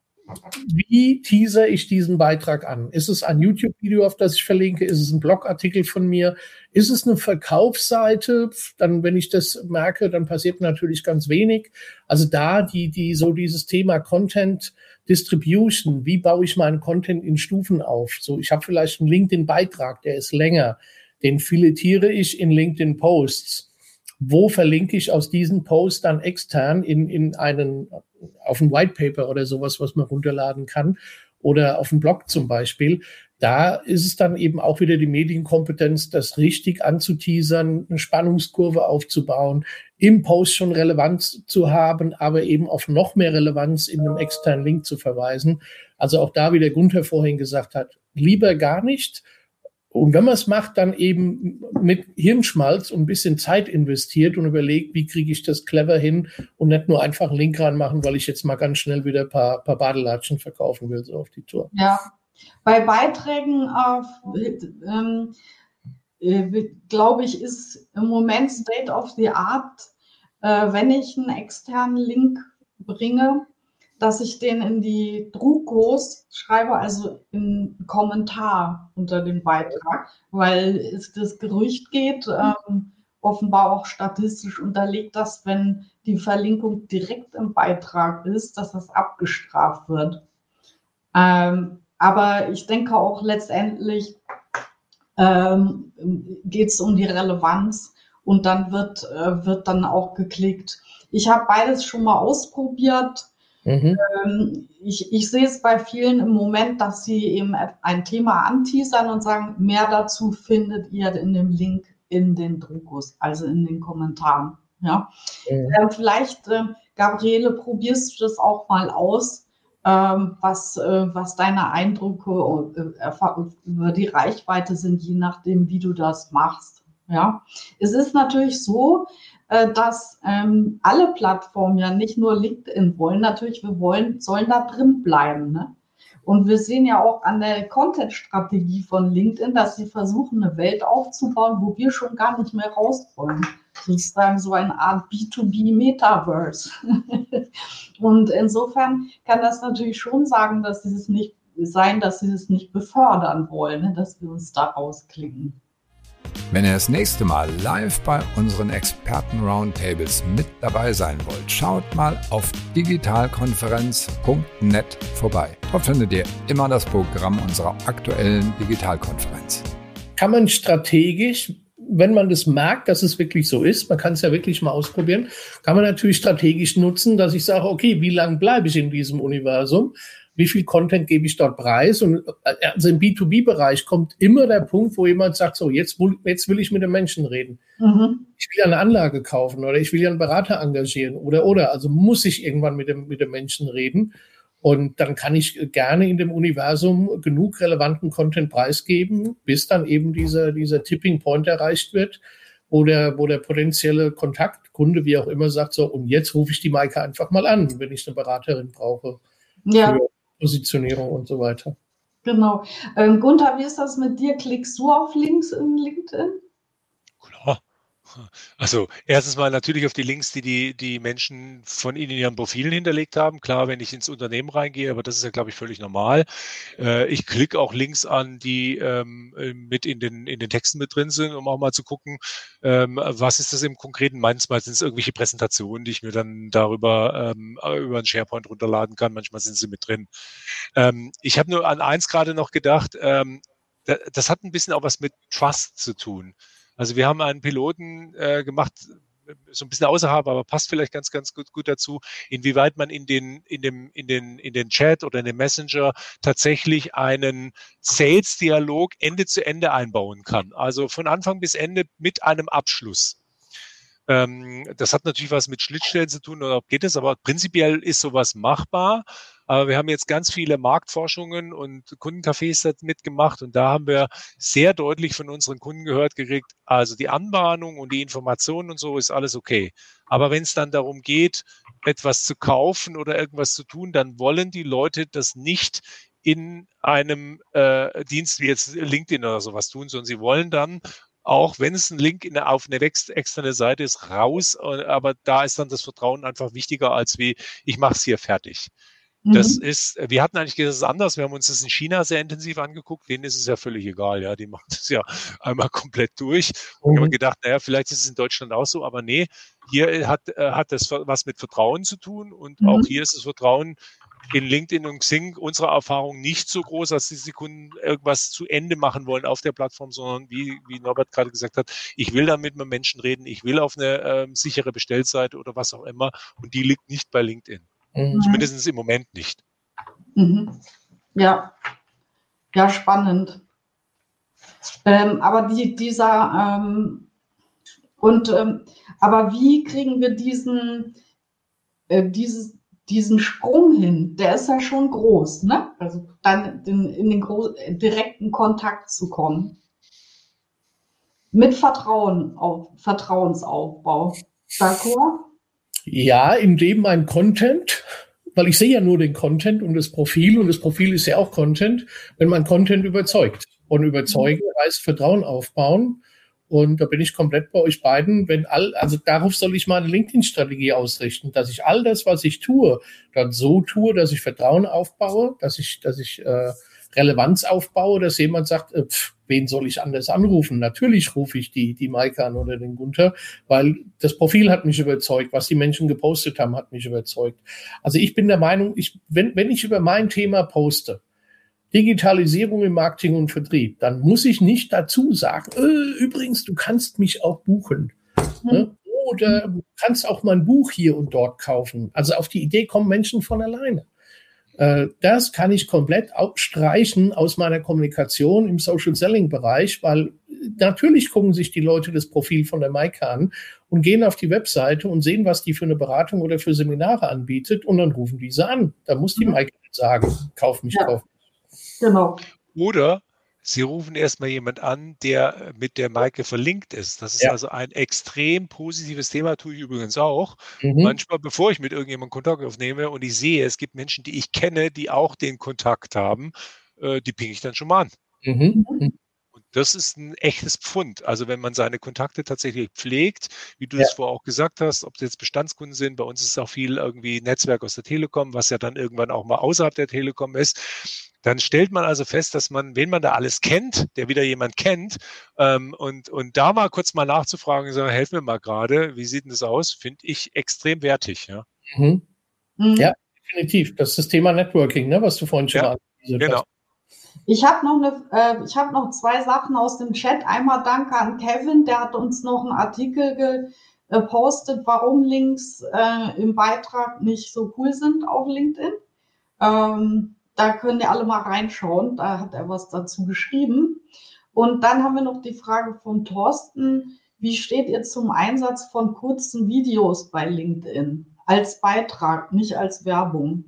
Wie teaser ich diesen Beitrag an? Ist es ein YouTube-Video, auf das ich verlinke? Ist es ein Blogartikel von mir? Ist es eine Verkaufsseite? Dann, wenn ich das merke, dann passiert natürlich ganz wenig. Also da die, die, so dieses Thema Content Distribution. Wie baue ich meinen Content in Stufen auf? So, ich habe vielleicht einen LinkedIn-Beitrag, der ist länger. Den filetiere ich in LinkedIn-Posts. Wo verlinke ich aus diesen Posts dann extern in, in einen, auf ein White Paper oder sowas, was man runterladen kann oder auf einen Blog zum Beispiel. Da ist es dann eben auch wieder die Medienkompetenz, das richtig anzuteasern, eine Spannungskurve aufzubauen, im Post schon Relevanz zu haben, aber eben auf noch mehr Relevanz in einem externen Link zu verweisen. Also auch da, wie der Gunther vorhin gesagt hat, lieber gar nicht. Und wenn man es macht, dann eben mit Hirnschmalz und ein bisschen Zeit investiert und überlegt, wie kriege ich das clever hin und nicht nur einfach einen Link reinmachen, weil ich jetzt mal ganz schnell wieder ein paar, paar Badelatschen verkaufen will, so auf die Tour. Ja, bei Beiträgen, äh, ähm, äh, glaube ich, ist im Moment State of the Art, äh, wenn ich einen externen Link bringe, dass ich den in die Druckos schreibe, also in Kommentar unter dem Beitrag, weil es das Gerücht geht, ähm, offenbar auch statistisch unterlegt, dass wenn die Verlinkung direkt im Beitrag ist, dass das abgestraft wird. Ähm, aber ich denke auch letztendlich ähm, geht es um die Relevanz und dann wird, äh, wird dann auch geklickt. Ich habe beides schon mal ausprobiert. Mhm. Ähm, ich, ich sehe es bei vielen im Moment, dass sie eben ein Thema anteasern und sagen, mehr dazu findet ihr in dem Link in den Druckos, also in den Kommentaren. Ja? Mhm. Äh, vielleicht, äh, Gabriele, probierst du das auch mal aus, ähm, was, äh, was deine Eindrücke äh, über die Reichweite sind, je nachdem, wie du das machst. Ja? Es ist natürlich so, dass ähm, alle Plattformen ja nicht nur LinkedIn wollen, natürlich, wir wollen, sollen da drin bleiben. Ne? Und wir sehen ja auch an der Content-Strategie von LinkedIn, dass sie versuchen, eine Welt aufzubauen, wo wir schon gar nicht mehr raus wollen. Sozusagen so eine Art B zwei B Metaverse. Und insofern kann das natürlich schon sagen, dass sie es nicht sein, dass sie es nicht befördern wollen, ne? Dass wir uns da rausklicken. Wenn ihr das nächste Mal live bei unseren Experten-Roundtables mit dabei sein wollt, schaut mal auf digitalkonferenz punkt net vorbei. Dort findet ihr immer das Programm unserer aktuellen Digitalkonferenz. Kann man strategisch, wenn man das merkt, dass es wirklich so ist, man kann es ja wirklich mal ausprobieren, kann man natürlich strategisch nutzen, dass ich sage, okay, wie lange bleibe ich in diesem Universum? Wie viel Content gebe ich dort preis? Und also im B zwei B-Bereich kommt immer der Punkt, wo jemand sagt, so, jetzt, jetzt will ich mit den Menschen reden. Mhm. Ich will eine Anlage kaufen oder ich will ja einen Berater engagieren oder, oder. Also muss ich irgendwann mit dem, mit dem Menschen reden. Und dann kann ich gerne in dem Universum genug relevanten Content preisgeben, bis dann eben dieser, dieser Tipping Point erreicht wird, wo der, wo der potenzielle Kontakt, Kunde, wie auch immer, sagt, so, und jetzt rufe ich die Maike einfach mal an, wenn ich eine Beraterin brauche. Ja. Für Positionierung und so weiter. Genau. Ähm, Gunther, wie ist das mit dir? Klickst du auf Links in LinkedIn? Klar. Also erstens mal natürlich auf die Links, die die, die Menschen von Ihnen in ihren Profilen hinterlegt haben. Klar, wenn ich ins Unternehmen reingehe, aber das ist ja, glaube ich, völlig normal. Äh, ich klicke auch Links an, die ähm, mit in den, in den Texten mit drin sind, um auch mal zu gucken, ähm, was ist das im Konkreten. Manchmal sind es irgendwelche Präsentationen, die ich mir dann darüber ähm, über einen SharePoint runterladen kann. Manchmal sind sie mit drin. Ähm, ich habe nur an eins gerade noch gedacht, ähm, das hat ein bisschen auch was mit Trust zu tun. Also wir haben einen Piloten äh, gemacht, so ein bisschen außerhalb, aber passt vielleicht ganz, ganz gut, gut dazu, inwieweit man in den, in dem, in den, in den Chat oder in den Messenger tatsächlich einen Sales-Dialog Ende zu Ende einbauen kann. Also von Anfang bis Ende mit einem Abschluss. Ähm, das hat natürlich was mit Schnittstellen zu tun, oder geht es, aber prinzipiell ist sowas machbar. Aber wir haben jetzt ganz viele Marktforschungen und Kundencafés mitgemacht und da haben wir sehr deutlich von unseren Kunden gehört gekriegt, also die Anbahnung und die Informationen und so ist alles okay. Aber wenn es dann darum geht, etwas zu kaufen oder irgendwas zu tun, dann wollen die Leute das nicht in einem äh, Dienst wie jetzt LinkedIn oder sowas tun, sondern sie wollen dann, auch wenn es ein Link in, auf eine externe Seite ist, raus, aber da ist dann das Vertrauen einfach wichtiger als wie, ich mache es hier fertig. Das ist, wir hatten eigentlich gesagt, das ist anders. Wir haben uns das in China sehr intensiv angeguckt. Denen ist es ja völlig egal, ja. Die machen das ja einmal komplett durch. Und mhm. haben gedacht, naja, vielleicht ist es in Deutschland auch so, aber nee, hier hat, äh, hat das was mit Vertrauen zu tun und mhm. auch hier ist das Vertrauen in LinkedIn und Xing unserer Erfahrung nicht so groß, dass diese Kunden irgendwas zu Ende machen wollen auf der Plattform, sondern wie, wie Norbert gerade gesagt hat, ich will da mit einem Menschen reden, ich will auf eine ähm, sichere Bestellseite oder was auch immer und die liegt nicht bei LinkedIn. Mhm. Zumindest im Moment nicht. Mhm. Ja, ja, spannend. Ähm, aber die, dieser ähm, und ähm, aber wie kriegen wir diesen äh, dieses, diesen Sprung hin? Der ist ja schon groß, ne? Also dann in, in den gro- direkten Kontakt zu kommen. Mit Vertrauen auf Vertrauensaufbau. D'accord? Ja, indem mein Content, weil ich sehe ja nur den Content und das Profil und das Profil ist ja auch Content, wenn mein Content überzeugt. Und überzeugen heißt Vertrauen aufbauen. Und da bin ich komplett bei euch beiden. Wenn all, also darauf soll ich meine LinkedIn-Strategie ausrichten, dass ich all das, was ich tue, dann so tue, dass ich Vertrauen aufbaue, dass ich, dass ich äh, Relevanz aufbaue, dass jemand sagt, äh, pff, wen soll ich anders anrufen? Natürlich rufe ich die, die Maike an oder den Gunther, weil das Profil hat mich überzeugt, was die Menschen gepostet haben, hat mich überzeugt. Also ich bin der Meinung, ich, wenn, wenn ich über mein Thema poste, Digitalisierung im Marketing und Vertrieb, dann muss ich nicht dazu sagen, äh, übrigens, du kannst mich auch buchen. Mhm. Ne? Oder du kannst auch mein Buch hier und dort kaufen. Also auf die Idee kommen Menschen von alleine. Das kann ich komplett abstreichen aus meiner Kommunikation im Social-Selling-Bereich, weil natürlich gucken sich die Leute das Profil von der Maike an und gehen auf die Webseite und sehen, was die für eine Beratung oder für Seminare anbietet und dann rufen diese an. Da muss die Maike nicht sagen, kauf mich, ja. kauf mich. Genau. Oder Sie rufen erstmal jemand an, der mit der Maike verlinkt ist. Das ist ja. also ein extrem positives Thema, tue ich übrigens auch. Mhm. Manchmal, bevor ich mit irgendjemandem Kontakt aufnehme und ich sehe, es gibt Menschen, die ich kenne, die auch den Kontakt haben, äh, die pinge ich dann schon mal an. Mhm. Und das ist ein echtes Pfund. Also wenn man seine Kontakte tatsächlich pflegt, wie du es ja. vorher auch gesagt hast, ob das jetzt Bestandskunden sind, bei uns ist auch viel irgendwie Netzwerk aus der Telekom, was ja dann irgendwann auch mal außerhalb der Telekom ist. Dann stellt man also fest, dass man, wen man da alles kennt, der wieder jemand kennt, ähm, und, und da mal kurz mal nachzufragen, so, helf mir mal gerade, wie sieht denn das aus, finde ich extrem wertig. Ja, mhm. Mhm. Ja, definitiv. Das ist das Thema Networking, ne, was du vorhin schon ja, mal angesprochen genau. hast. Ich habe noch, eine, äh, ich hab noch zwei Sachen aus dem Chat. Einmal danke an Kevin, der hat uns noch einen Artikel gepostet, warum Links äh, im Beitrag nicht so cool sind auf LinkedIn. Ähm, Da könnt ihr alle mal reinschauen, da hat er was dazu geschrieben. Und dann haben wir noch die Frage von Thorsten, wie steht ihr zum Einsatz von kurzen Videos bei LinkedIn? Als Beitrag, nicht als Werbung.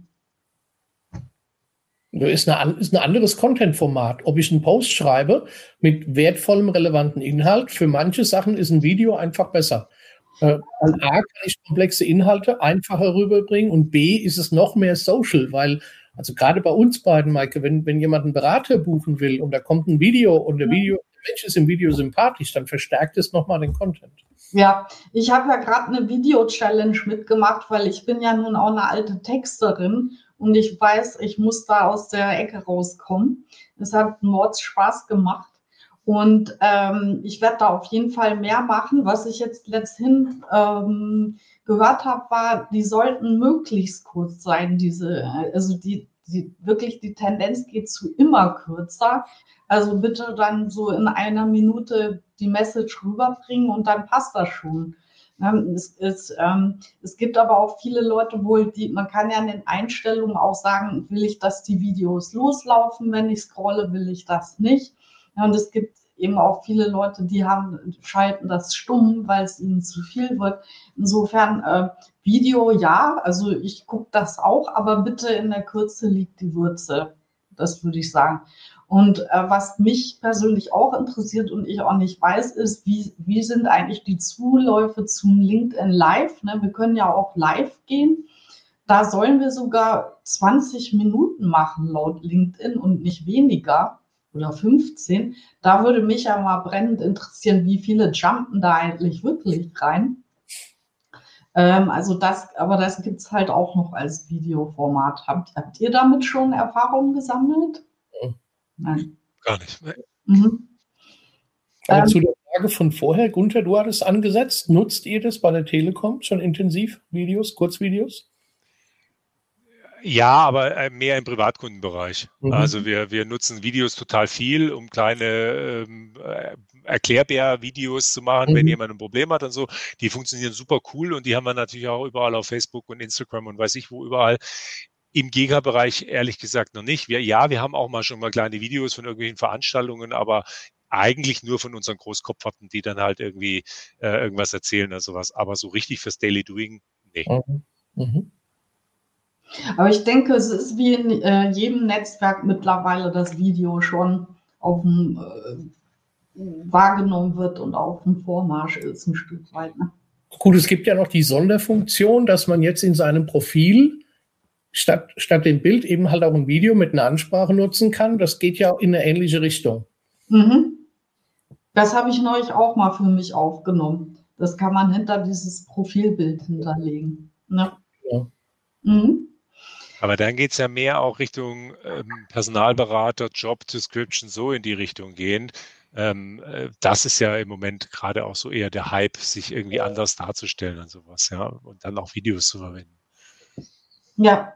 Das ist, eine, ist ein anderes Content-Format. Ob ich einen Post schreibe mit wertvollem, relevanten Inhalt, für manche Sachen ist ein Video einfach besser. Äh, A, kann ich komplexe Inhalte einfacher rüberbringen und B, ist es noch mehr social, weil also gerade bei uns beiden, Maike, wenn, wenn jemand einen Berater buchen will und da kommt ein Video und der Video Mensch ist im Video sympathisch, dann verstärkt es nochmal den Content. Ja, ich habe ja gerade eine Video-Challenge mitgemacht, weil ich bin ja nun auch eine alte Texterin und ich weiß, ich muss da aus der Ecke rauskommen. Es hat Mords Spaß gemacht und ähm, ich werde da auf jeden Fall mehr machen. Was ich jetzt letzthin ähm, gehört habe, war, die sollten möglichst kurz sein, diese, also die, die wirklich die Tendenz geht zu immer kürzer. Also bitte dann so in einer Minute die Message rüberbringen und dann passt das schon. Es, es, ähm, es gibt aber auch viele Leute wohl, die, man kann ja in den Einstellungen auch sagen, will ich, dass die Videos loslaufen, wenn ich scrolle, will ich das nicht. Und es gibt eben auch viele Leute, die haben, schalten das stumm, weil es ihnen zu viel wird. Insofern äh, Video ja, also ich gucke das auch, aber bitte in der Kürze liegt die Würze. Das würde ich sagen. Und äh, was mich persönlich auch interessiert und ich auch nicht weiß, ist, wie, wie sind eigentlich die Zuläufe zum LinkedIn Live? Ne? Wir können ja auch live gehen. Da sollen wir sogar zwanzig Minuten machen laut LinkedIn und nicht weniger oder fünfzehn. Da würde mich ja mal brennend interessieren, wie viele jumpen da eigentlich wirklich rein. Ähm, also das, aber das gibt es halt auch noch als Videoformat. Habt, habt ihr damit schon Erfahrungen gesammelt? Nein. Gar nicht. Nee. Mhm. Aber Ähm, zu der Frage von vorher, Gunther, du hattest angesetzt, nutzt ihr das bei der Telekom schon intensiv, Videos, Kurzvideos? Ja, aber mehr im Privatkundenbereich. Mhm. Also wir, wir nutzen Videos total viel, um kleine ähm, Erklärbär-Videos zu machen, mhm. wenn jemand ein Problem hat und so. Die funktionieren super cool und die haben wir natürlich auch überall auf Facebook und Instagram und weiß ich wo überall. Im Giga-Bereich ehrlich gesagt noch nicht. Wir, ja, wir haben auch mal schon mal kleine Videos von irgendwelchen Veranstaltungen, aber eigentlich nur von unseren Großkopfhappen, die dann halt irgendwie äh, irgendwas erzählen oder sowas. Aber so richtig fürs Daily Doing, nee. Mhm. Mhm. Aber ich denke, es ist wie in äh, jedem Netzwerk mittlerweile das Video schon auf dem, äh, wahrgenommen wird und auf dem Vormarsch ist ein Stück weit. Ne? Gut, es gibt ja noch die Sonderfunktion, dass man jetzt in seinem Profil statt, statt dem Bild eben halt auch ein Video mit einer Ansprache nutzen kann. Das geht ja in eine ähnliche Richtung. Mhm. Das habe ich neulich auch mal für mich aufgenommen. Das kann man hinter dieses Profilbild hinterlegen. Ne? Ja. Mhm. Aber dann geht es ja mehr auch Richtung ähm, Personalberater, Job Description, so in die Richtung gehen. Ähm, äh, das ist ja im Moment gerade auch so eher der Hype, sich irgendwie anders darzustellen und sowas, ja, und dann auch Videos zu verwenden. Ja.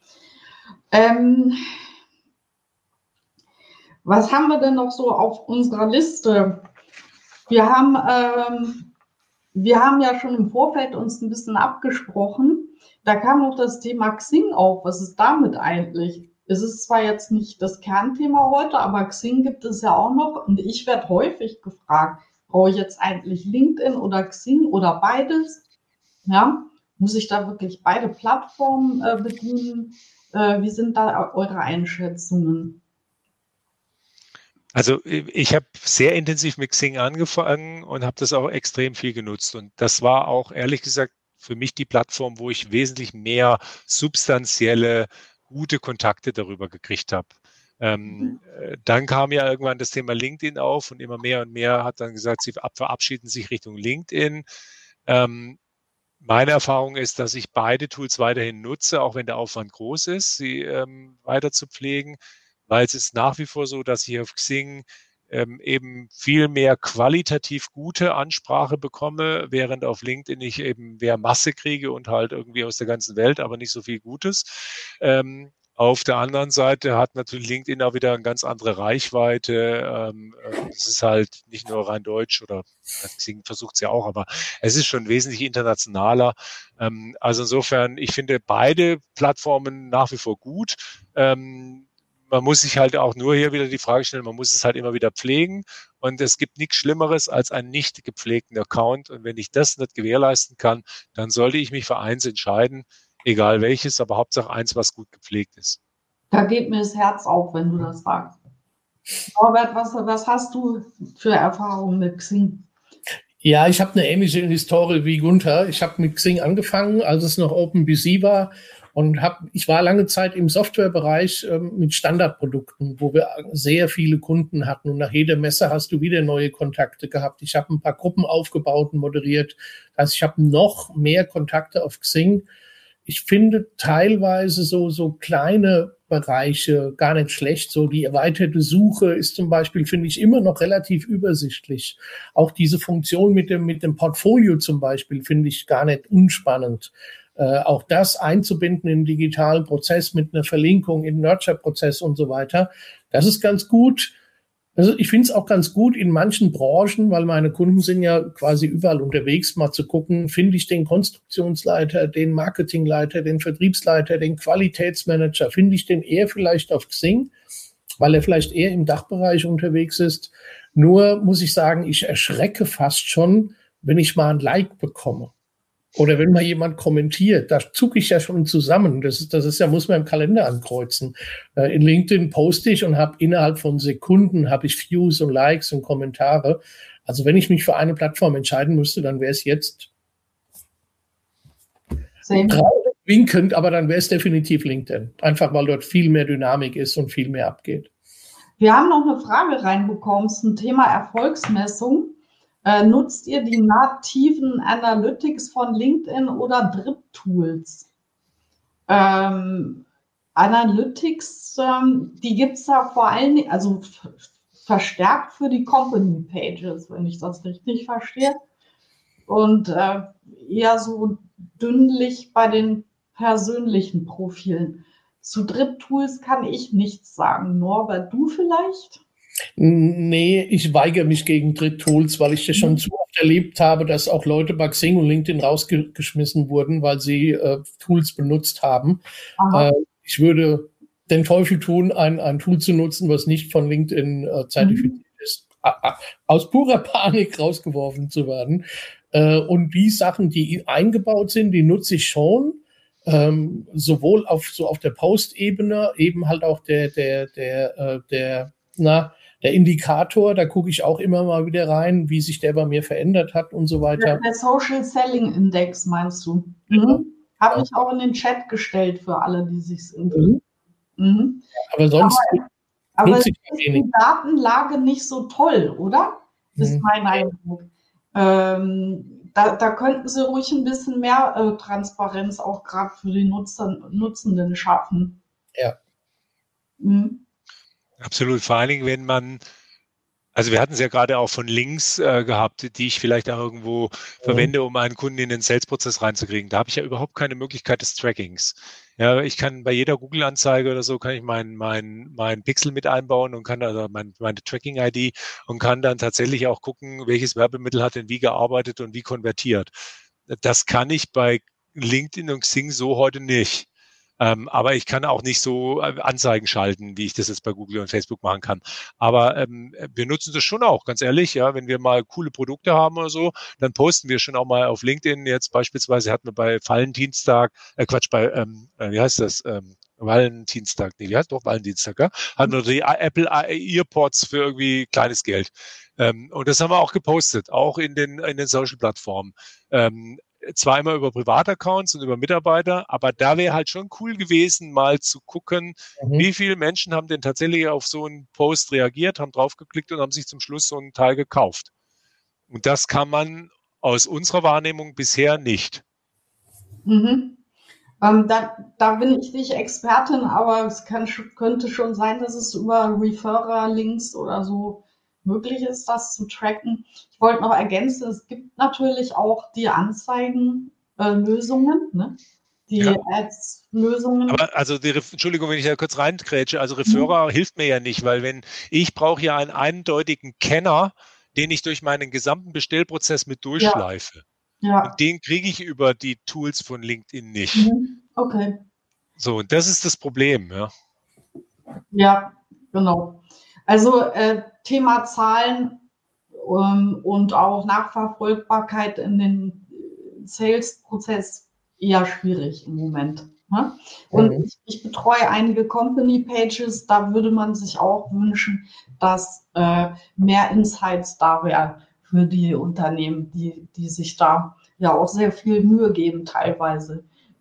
Ähm, was haben wir denn noch so auf unserer Liste? Wir haben, ähm, wir haben ja schon im Vorfeld uns ein bisschen abgesprochen. Da kam noch das Thema Xing auf. Was ist damit eigentlich? Es ist zwar jetzt nicht das Kernthema heute, aber Xing gibt es ja auch noch. Und ich werde häufig gefragt, brauche ich jetzt eigentlich LinkedIn oder Xing oder beides? Ja, muss ich da wirklich beide Plattformen äh, bedienen? Äh, wie sind da eure Einschätzungen? Also ich habe sehr intensiv mit Xing angefangen und habe das auch extrem viel genutzt. Und das war auch ehrlich gesagt für mich die Plattform, wo ich wesentlich mehr substanzielle, gute Kontakte darüber gekriegt habe. Ähm, mhm. Dann kam ja irgendwann das Thema LinkedIn auf und immer mehr und mehr hat dann gesagt, sie verabschieden sich Richtung LinkedIn. Ähm, meine Erfahrung ist, dass ich beide Tools weiterhin nutze, auch wenn der Aufwand groß ist, sie ähm, weiter zu pflegen, weil es ist nach wie vor so, dass ich auf Xing ähm, eben viel mehr qualitativ gute Ansprache bekomme, während auf LinkedIn ich eben mehr Masse kriege und halt irgendwie aus der ganzen Welt, aber nicht so viel Gutes. Ähm, auf der anderen Seite hat natürlich LinkedIn auch wieder eine ganz andere Reichweite. Ähm, es ist halt nicht nur rein deutsch oder ja, Xing versucht es ja auch, aber es ist schon wesentlich internationaler. Ähm, also insofern, ich finde beide Plattformen nach wie vor gut. Ähm, Man muss sich halt auch nur hier wieder die Frage stellen, man muss es halt immer wieder pflegen und es gibt nichts Schlimmeres als einen nicht gepflegten Account und wenn ich das nicht gewährleisten kann, dann sollte ich mich für eins entscheiden, egal welches, aber Hauptsache eins, was gut gepflegt ist. Da geht mir das Herz auf, wenn du das sagst. Norbert, was, was hast du für Erfahrungen mit Xing? Ja, ich habe eine ähnliche Historie wie Gunther. Ich habe mit Xing angefangen, als es noch OpenBC war. Und hab, ich war lange Zeit im Softwarebereich ähm, mit Standardprodukten, wo wir sehr viele Kunden hatten. Und nach jeder Messe hast du wieder neue Kontakte gehabt. Ich habe ein paar Gruppen aufgebaut und moderiert. Also ich habe noch mehr Kontakte auf Xing. Ich finde teilweise so, so kleine Bereiche gar nicht schlecht. So die erweiterte Suche ist zum Beispiel, finde ich, immer noch relativ übersichtlich. Auch diese Funktion mit dem, mit dem Portfolio zum Beispiel finde ich gar nicht unspannend. Äh, auch das einzubinden in den digitalen Prozess mit einer Verlinkung in den Nurture-Prozess und so weiter. Das ist ganz gut. Also ich finde es auch ganz gut in manchen Branchen, weil meine Kunden sind ja quasi überall unterwegs, mal zu gucken, finde ich den Konstruktionsleiter, den Marketingleiter, den Vertriebsleiter, den Qualitätsmanager, finde ich den eher vielleicht auf Xing, weil er vielleicht eher im Dachbereich unterwegs ist. Nur muss ich sagen, ich erschrecke fast schon, wenn ich mal ein Like bekomme. Oder wenn mal jemand kommentiert, da zucke ich ja schon zusammen. Das ist, das ist ja, muss man im Kalender ankreuzen. Äh, in LinkedIn poste ich und habe innerhalb von Sekunden habe ich Views und Likes und Kommentare. Also wenn ich mich für eine Plattform entscheiden müsste, dann wäre es jetzt traurig winkend, aber dann wäre es definitiv LinkedIn. Einfach weil dort viel mehr Dynamik ist und viel mehr abgeht. Wir haben noch eine Frage reinbekommen zum Thema Erfolgsmessung. Äh, nutzt ihr die nativen Analytics von LinkedIn oder Drip-Tools? Ähm, Analytics, ähm, die gibt es da vor allen Dingen, also f- verstärkt für die Company Pages, wenn ich das richtig verstehe. Und äh, eher so dünnlich bei den persönlichen Profilen. Zu Drip-Tools kann ich nichts sagen. Norbert, du vielleicht? Nee, ich weigere mich gegen Dritt-Tools, weil ich das schon zu oft erlebt habe, dass auch Leute bei Xing und LinkedIn rausgeschmissen wurden, weil sie äh, Tools benutzt haben. Äh, ich würde den Teufel tun, ein, ein Tool zu nutzen, was nicht von LinkedIn äh, zertifiziert mhm. ist, aus purer Panik rausgeworfen zu werden. Äh, und die Sachen, die eingebaut sind, die nutze ich schon. Ähm, sowohl auf so auf der Post-Ebene, eben halt auch der, der, der, äh, der, na, der Indikator, da gucke ich auch immer mal wieder rein, wie sich der bei mir verändert hat und so weiter. Der, der Social Selling Index meinst du? Mhm. Ja. Habe ich auch in den Chat gestellt für alle, die sich interessieren. Mhm. Mhm. Aber sonst aber, aber ist die Datenlage nicht so toll, oder? Ist mhm. mein Eindruck. Ähm, da, da könnten sie ruhig ein bisschen mehr äh, Transparenz auch gerade für die Nutzer, Nutzenden schaffen. Ja. Mhm. Absolut, vor allen Dingen, wenn man, also wir hatten es ja gerade auch von Links äh, gehabt, die ich vielleicht auch irgendwo mhm. verwende, um einen Kunden in den Sales-Prozess reinzukriegen. Da habe ich ja überhaupt keine Möglichkeit des Trackings. Ja, ich kann bei jeder Google-Anzeige oder so, kann ich meinen mein, mein Pixel mit einbauen und kann also mein, meine Tracking-I D und kann dann tatsächlich auch gucken, welches Werbemittel hat denn wie gearbeitet und wie konvertiert. Das kann ich bei LinkedIn und Xing so heute nicht. Ähm, aber ich kann auch nicht so äh, Anzeigen schalten, wie ich das jetzt bei Google und Facebook machen kann. Aber ähm, wir nutzen das schon auch, ganz ehrlich, ja, wenn wir mal coole Produkte haben oder so, dann posten wir schon auch mal auf LinkedIn. Jetzt beispielsweise hatten wir bei Valentinstag, äh, Quatsch, bei, ähm, äh, wie heißt das, ähm, Valentinstag, nee, wie heißt doch Valentinstag, ja? Hatten wir die Apple Earpods für irgendwie kleines Geld. Ähm, und das haben wir auch gepostet, auch in den, in den Social-Plattformen. Ähm, zwar immer über Privataccounts und über Mitarbeiter, aber da wäre halt schon cool gewesen, mal zu gucken, mhm. wie viele Menschen haben denn tatsächlich auf so einen Post reagiert, haben draufgeklickt und haben sich zum Schluss so einen Teil gekauft. Und das kann man aus unserer Wahrnehmung bisher nicht. Mhm. Ähm, da, da bin ich nicht Expertin, aber es kann, könnte schon sein, dass es über Referrer-Links oder so möglich ist, das zu tracken. Ich wollte noch ergänzen, es gibt natürlich auch die Anzeigenlösungen, äh, ne? Die ja. Ads-Lösungen. Aber also die, Entschuldigung, wenn ich da kurz reingrätsche, also Referrer mhm. hilft mir ja nicht, weil wenn ich brauche ja einen eindeutigen Kenner, den ich durch meinen gesamten Bestellprozess mit durchschleife. Ja. Ja. Und den kriege ich über die Tools von LinkedIn nicht. Mhm. Okay. So, und das ist das Problem, ja. Ja, genau. Also äh, Thema Zahlen ähm, und auch Nachverfolgbarkeit in den Sales-Prozess eher schwierig im Moment. Ne? Und mhm. ich, ich betreue einige Company-Pages, da würde man sich auch wünschen, dass äh, mehr Insights da wären für die Unternehmen, die, die sich da ja auch sehr viel Mühe geben teilweise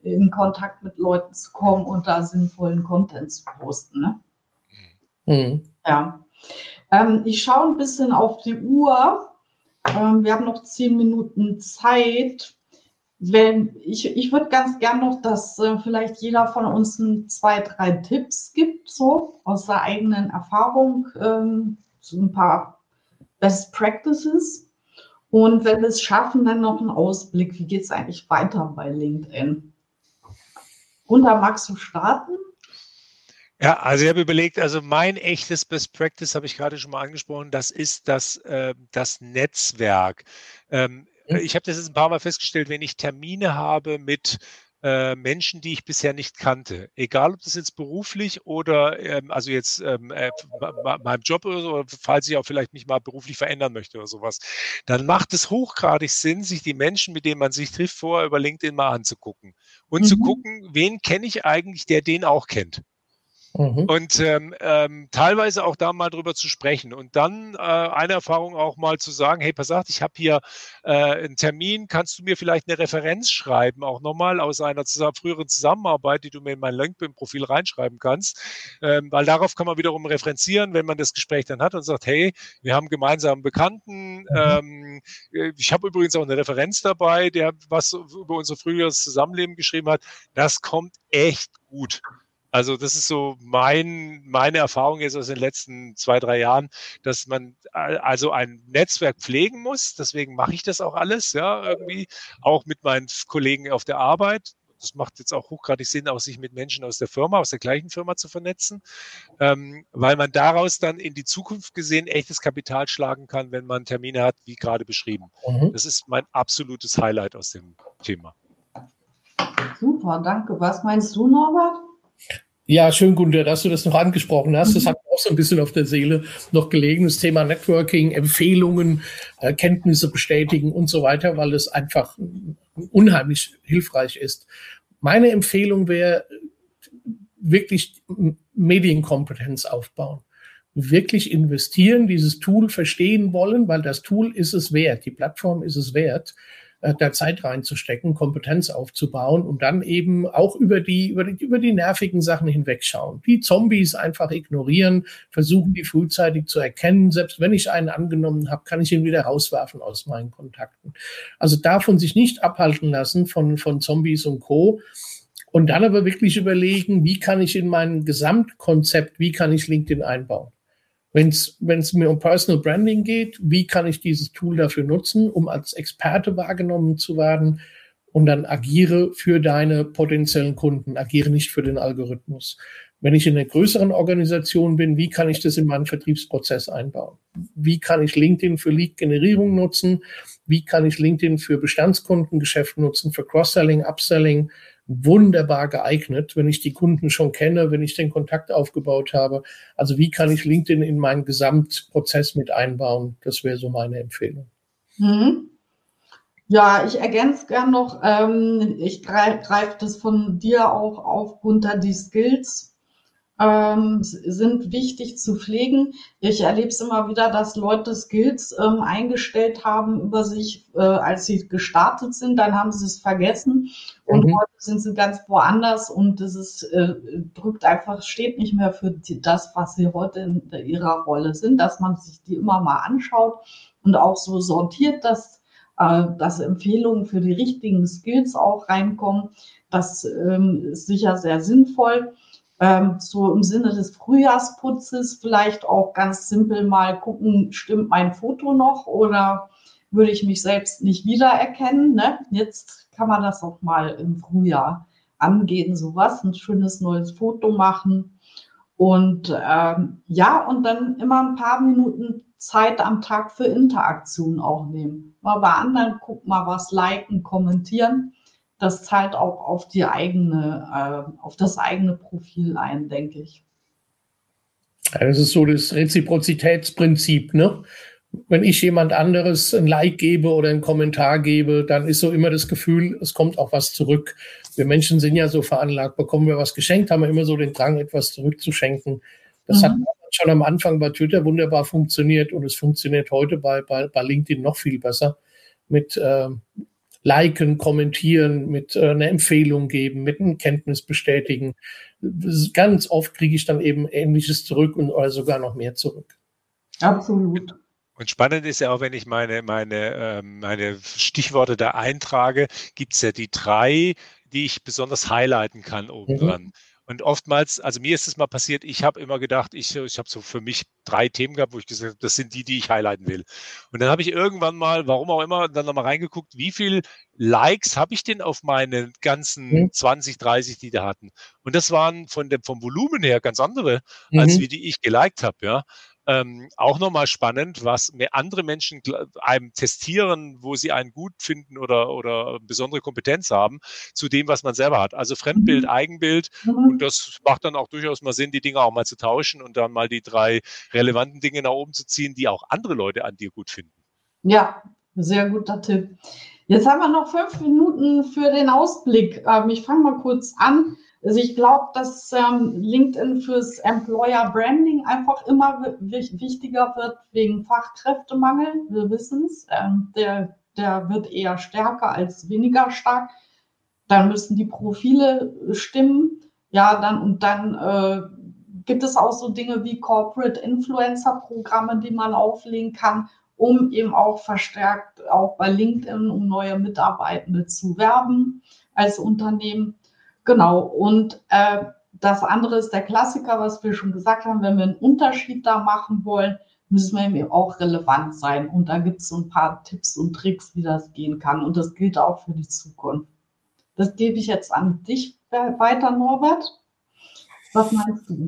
in Kontakt mit Leuten zu kommen und da sinnvollen Content zu posten. Ne? Mhm. Ja. Ähm, ich schaue ein bisschen auf die Uhr. Ähm, wir haben noch zehn Minuten Zeit. Wenn, ich ich würde ganz gern noch, dass äh, vielleicht jeder von uns ein, zwei, drei Tipps gibt, so aus der eigenen Erfahrung, ähm, so ein paar Best Practices. Und wenn wir es schaffen, dann noch einen Ausblick, wie geht es eigentlich weiter bei LinkedIn? Gunter, magst du starten? Ja, also ich habe überlegt, also mein echtes Best Practice habe ich gerade schon mal angesprochen, das ist das, äh, das Netzwerk. Ähm, ich habe das jetzt ein paar Mal festgestellt, wenn ich Termine habe mit äh, Menschen, die ich bisher nicht kannte, egal ob das jetzt beruflich oder ähm, also jetzt ähm, äh, meinem Job oder so, falls ich auch vielleicht mich mal beruflich verändern möchte oder sowas, dann macht es hochgradig Sinn, sich die Menschen, mit denen man sich trifft, vorher über LinkedIn mal anzugucken und mhm. zu gucken, wen kenne ich eigentlich, der den auch kennt. Mhm. Und ähm, ähm, teilweise auch da mal drüber zu sprechen und dann äh, eine Erfahrung auch mal zu sagen, hey, pass auf, ich habe hier äh, einen Termin, kannst du mir vielleicht eine Referenz schreiben, auch nochmal aus einer zusammen, früheren Zusammenarbeit, die du mir in mein LinkedIn-Profil reinschreiben kannst, ähm, weil darauf kann man wiederum referenzieren, wenn man das Gespräch dann hat und sagt, hey, wir haben gemeinsam Bekannten, mhm. ähm, ich habe übrigens auch eine Referenz dabei, der was über unser früheres Zusammenleben geschrieben hat, das kommt echt gut. Also das ist so mein, meine Erfahrung jetzt aus den letzten zwei, drei Jahren, dass man also ein Netzwerk pflegen muss. Deswegen mache ich das auch alles, ja, irgendwie, auch mit meinen Kollegen auf der Arbeit. Das macht jetzt auch hochgradig Sinn, auch sich mit Menschen aus der Firma, aus der gleichen Firma zu vernetzen, ähm, weil man daraus dann in die Zukunft gesehen echtes Kapital schlagen kann, wenn man Termine hat, wie gerade beschrieben. Mhm. Das ist mein absolutes Highlight aus dem Thema. Super, danke. Was meinst du, Norbert? Ja, schön, Gunter, dass du das noch angesprochen hast. Das hat auch so ein bisschen auf der Seele noch gelegen, das Thema Networking, Empfehlungen, Erkenntnisse bestätigen und so weiter, weil es einfach unheimlich hilfreich ist. Meine Empfehlung wäre, wirklich Medienkompetenz aufbauen. Wirklich investieren, dieses Tool verstehen wollen, weil das Tool ist es wert, die Plattform ist es wert, da Zeit reinzustecken, Kompetenz aufzubauen und dann eben auch über die, über die, über die nervigen Sachen hinwegschauen. Die Zombies einfach ignorieren, versuchen, die frühzeitig zu erkennen. Selbst wenn ich einen angenommen habe, kann ich ihn wieder rauswerfen aus meinen Kontakten. Also davon sich nicht abhalten lassen von, von Zombies und Co. Und dann aber wirklich überlegen, wie kann ich in mein Gesamtkonzept, wie kann ich LinkedIn einbauen? Wenn es wenn es mir um Personal Branding geht, wie kann ich dieses Tool dafür nutzen, um als Experte wahrgenommen zu werden und dann agiere für deine potenziellen Kunden, agiere nicht für den Algorithmus. Wenn ich in einer größeren Organisation bin, wie kann ich das in meinen Vertriebsprozess einbauen? Wie kann ich LinkedIn für Lead-Generierung nutzen? Wie kann ich LinkedIn für Bestandskundengeschäft nutzen, für Cross-Selling, Upselling? Wunderbar geeignet, wenn ich die Kunden schon kenne, wenn ich den Kontakt aufgebaut habe. Also wie kann ich LinkedIn in meinen Gesamtprozess mit einbauen? Das wäre so meine Empfehlung. Mhm. Ja, ich ergänze gern noch, ähm, ich greife greif das von dir auch auf, Gunter, die Skills ähm, sind wichtig zu pflegen. Ich erlebe es immer wieder, dass Leute Skills ähm, eingestellt haben über sich, äh, als sie gestartet sind, dann haben sie es vergessen und mhm. heute sind sie ganz woanders und das ist, äh, drückt einfach, steht nicht mehr für die, das, was sie heute in ihrer Rolle sind, dass man sich die immer mal anschaut und auch so sortiert, dass, äh, dass Empfehlungen für die richtigen Skills auch reinkommen. Das ähm, ist sicher sehr sinnvoll. Ähm, so im Sinne des Frühjahrsputzes vielleicht auch ganz simpel mal gucken, stimmt mein Foto noch oder würde ich mich selbst nicht wiedererkennen, ne? Jetzt kann man das auch mal im Frühjahr angehen, sowas, ein schönes neues Foto machen und ähm, ja, und dann immer ein paar Minuten Zeit am Tag für Interaktion auch nehmen. Mal bei anderen gucken, mal was liken, kommentieren. Das zahlt auch auf die eigene, äh, auf das eigene Profil ein, denke ich. Ja, das ist so das Reziprozitätsprinzip, ne? Wenn ich jemand anderes ein Like gebe oder einen Kommentar gebe, dann ist so immer das Gefühl, es kommt auch was zurück. Wir Menschen sind ja so veranlagt, bekommen wir was geschenkt, haben wir immer so den Drang, etwas zurückzuschenken. Das mhm. hat schon am Anfang bei Twitter wunderbar funktioniert und es funktioniert heute bei, bei, bei LinkedIn noch viel besser mit äh, liken, kommentieren, mit äh, einer Empfehlung geben, mit einer Kenntnis bestätigen. Ganz oft kriege ich dann eben Ähnliches zurück und oder sogar noch mehr zurück. Absolut. Und spannend ist ja auch, wenn ich meine, meine, äh, meine Stichworte da eintrage, gibt es ja die drei, die ich besonders highlighten kann oben dran. Mhm. Und oftmals, also mir ist es mal passiert, ich habe immer gedacht, ich, ich habe so für mich drei Themen gehabt, wo ich gesagt habe, das sind die, die ich highlighten will. Und dann habe ich irgendwann mal, warum auch immer, dann nochmal reingeguckt, wie viel Likes habe ich denn auf meine ganzen mhm. zwanzig, dreißig, die da hatten. Und das waren von dem, vom Volumen her ganz andere, mhm. als wie die ich geliked habe, ja. Ähm, auch nochmal spannend, was mehr andere Menschen einem testieren, wo sie einen gut finden oder, oder besondere Kompetenz haben, zu dem, was man selber hat. Also Fremdbild, Eigenbild. Mhm. Und das macht dann auch durchaus mal Sinn, die Dinge auch mal zu tauschen und dann mal die drei relevanten Dinge nach oben zu ziehen, die auch andere Leute an dir gut finden. Ja, sehr guter Tipp. Jetzt haben wir noch fünf Minuten für den Ausblick. Ähm, ich fange mal kurz an. Also ich glaube, dass ähm, LinkedIn fürs Employer Branding einfach immer w- wichtiger wird wegen Fachkräftemangel. Wir wissen es, ähm, der, der wird eher stärker als weniger stark. Dann müssen die Profile stimmen. Ja, dann und dann äh, gibt es auch so Dinge wie Corporate Influencer Programme, die man auflegen kann, um eben auch verstärkt auch bei LinkedIn, um neue Mitarbeitende zu werben als Unternehmen. Genau, und äh, das andere ist der Klassiker, was wir schon gesagt haben, wenn wir einen Unterschied da machen wollen, müssen wir eben auch relevant sein. Und da gibt es so ein paar Tipps und Tricks, wie das gehen kann. Und das gilt auch für die Zukunft. Das gebe ich jetzt an dich weiter, Norbert. Was meinst du?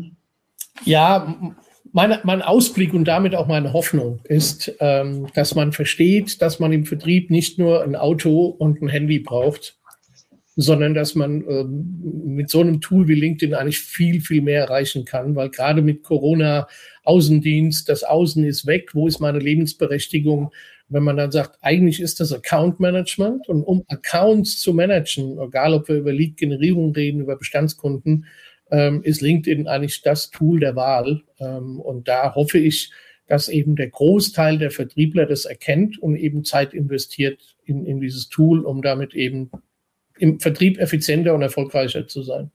Ja, meine, mein Ausblick und damit auch meine Hoffnung ist, ähm, dass man versteht, dass man im Vertrieb nicht nur ein Auto und ein Handy braucht, sondern dass man ähm, mit so einem Tool wie LinkedIn eigentlich viel, viel mehr erreichen kann, weil gerade mit Corona, Außendienst, das Außen ist weg, wo ist meine Lebensberechtigung? Wenn man dann sagt, eigentlich ist das Account Management und um Accounts zu managen, egal ob wir über Lead-Generierung reden, über Bestandskunden, ähm, ist LinkedIn eigentlich das Tool der Wahl. Ähm, und da hoffe ich, dass eben der Großteil der Vertriebler das erkennt und eben Zeit investiert in, in dieses Tool, um damit eben im Vertrieb effizienter und erfolgreicher zu sein.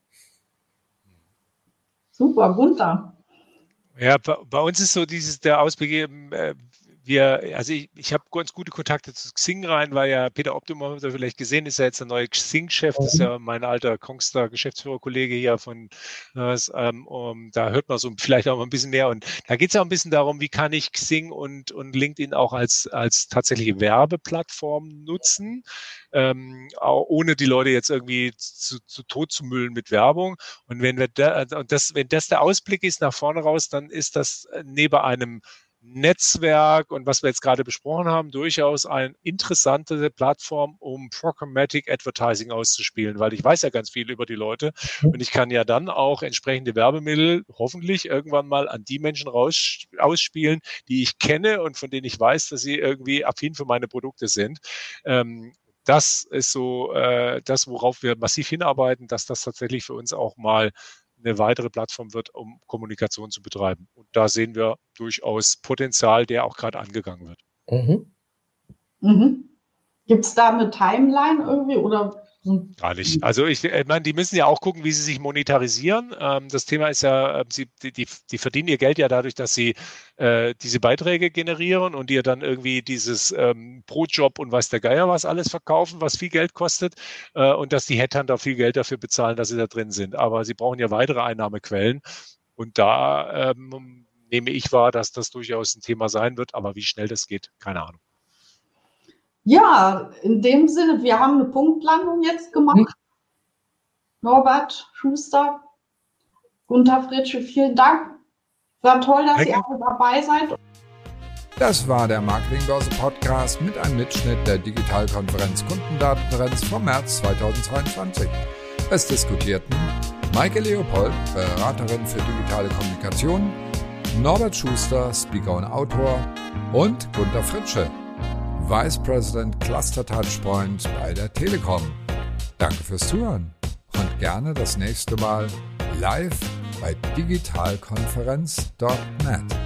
Super, Gunther. Ja, bei, bei uns ist so dieses, der Ausblick eben, äh, wir, also ich, ich habe ganz gute Kontakte zu Xing rein, weil ja Peter Optimum, habt ihr vielleicht gesehen, ist ja jetzt der neue Xing-Chef, das ist ja mein alter Kongstar-Geschäftsführerkollege hier von, äh, ähm, um, da hört man so vielleicht auch mal ein bisschen mehr und da geht es ja auch ein bisschen darum, wie kann ich Xing und, und LinkedIn auch als, als tatsächliche Werbeplattform nutzen, ähm, auch ohne die Leute jetzt irgendwie zu, zu tot zu müllen mit Werbung. Und wenn wir da, und das, wenn das der Ausblick ist nach vorne raus, dann ist das neben einem Netzwerk und was wir jetzt gerade besprochen haben, durchaus eine interessante Plattform, um Programmatic Advertising auszuspielen, weil ich weiß ja ganz viel über die Leute und ich kann ja dann auch entsprechende Werbemittel hoffentlich irgendwann mal an die Menschen raus, ausspielen, die ich kenne und von denen ich weiß, dass sie irgendwie affin für meine Produkte sind. Ähm, das ist so äh, das, worauf wir massiv hinarbeiten, dass das tatsächlich für uns auch mal eine weitere Plattform wird, um Kommunikation zu betreiben. Und da sehen wir durchaus Potenzial, der auch gerade angegangen wird. Mhm. Mhm. Gibt es da eine Timeline irgendwie oder? Gar nicht. Also ich, ich meine, die müssen ja auch gucken, wie sie sich monetarisieren. Ähm, das Thema ist ja, sie, die, die verdienen ihr Geld ja dadurch, dass sie äh, diese Beiträge generieren und dir dann irgendwie dieses ähm, Pro-Job und weiß der Geier was alles verkaufen, was viel Geld kostet äh, und dass die Headhunter viel Geld dafür bezahlen, dass sie da drin sind. Aber sie brauchen ja weitere Einnahmequellen und da ähm, nehme ich wahr, dass das durchaus ein Thema sein wird, aber wie schnell das geht, keine Ahnung. Ja, in dem Sinne, wir haben eine Punktlandung jetzt gemacht. Hm. Norbert Schuster, Gunther Fritsche, vielen Dank. War toll, dass Danke. Ihr alle dabei seid. Das war der Marketingbörse Podcast mit einem Mitschnitt der Digitalkonferenz Kundendatentrends vom März zweitausendzweiundzwanzig. Es diskutierten Maike Leopold, Beraterin für digitale Kommunikation, Norbert Schuster, Speaker und Autor und Gunther Fritsche, Vice President Cluster Touchpoint bei der Telekom. Danke fürs Zuhören und gerne das nächste Mal live bei digitalkonferenz punkt net.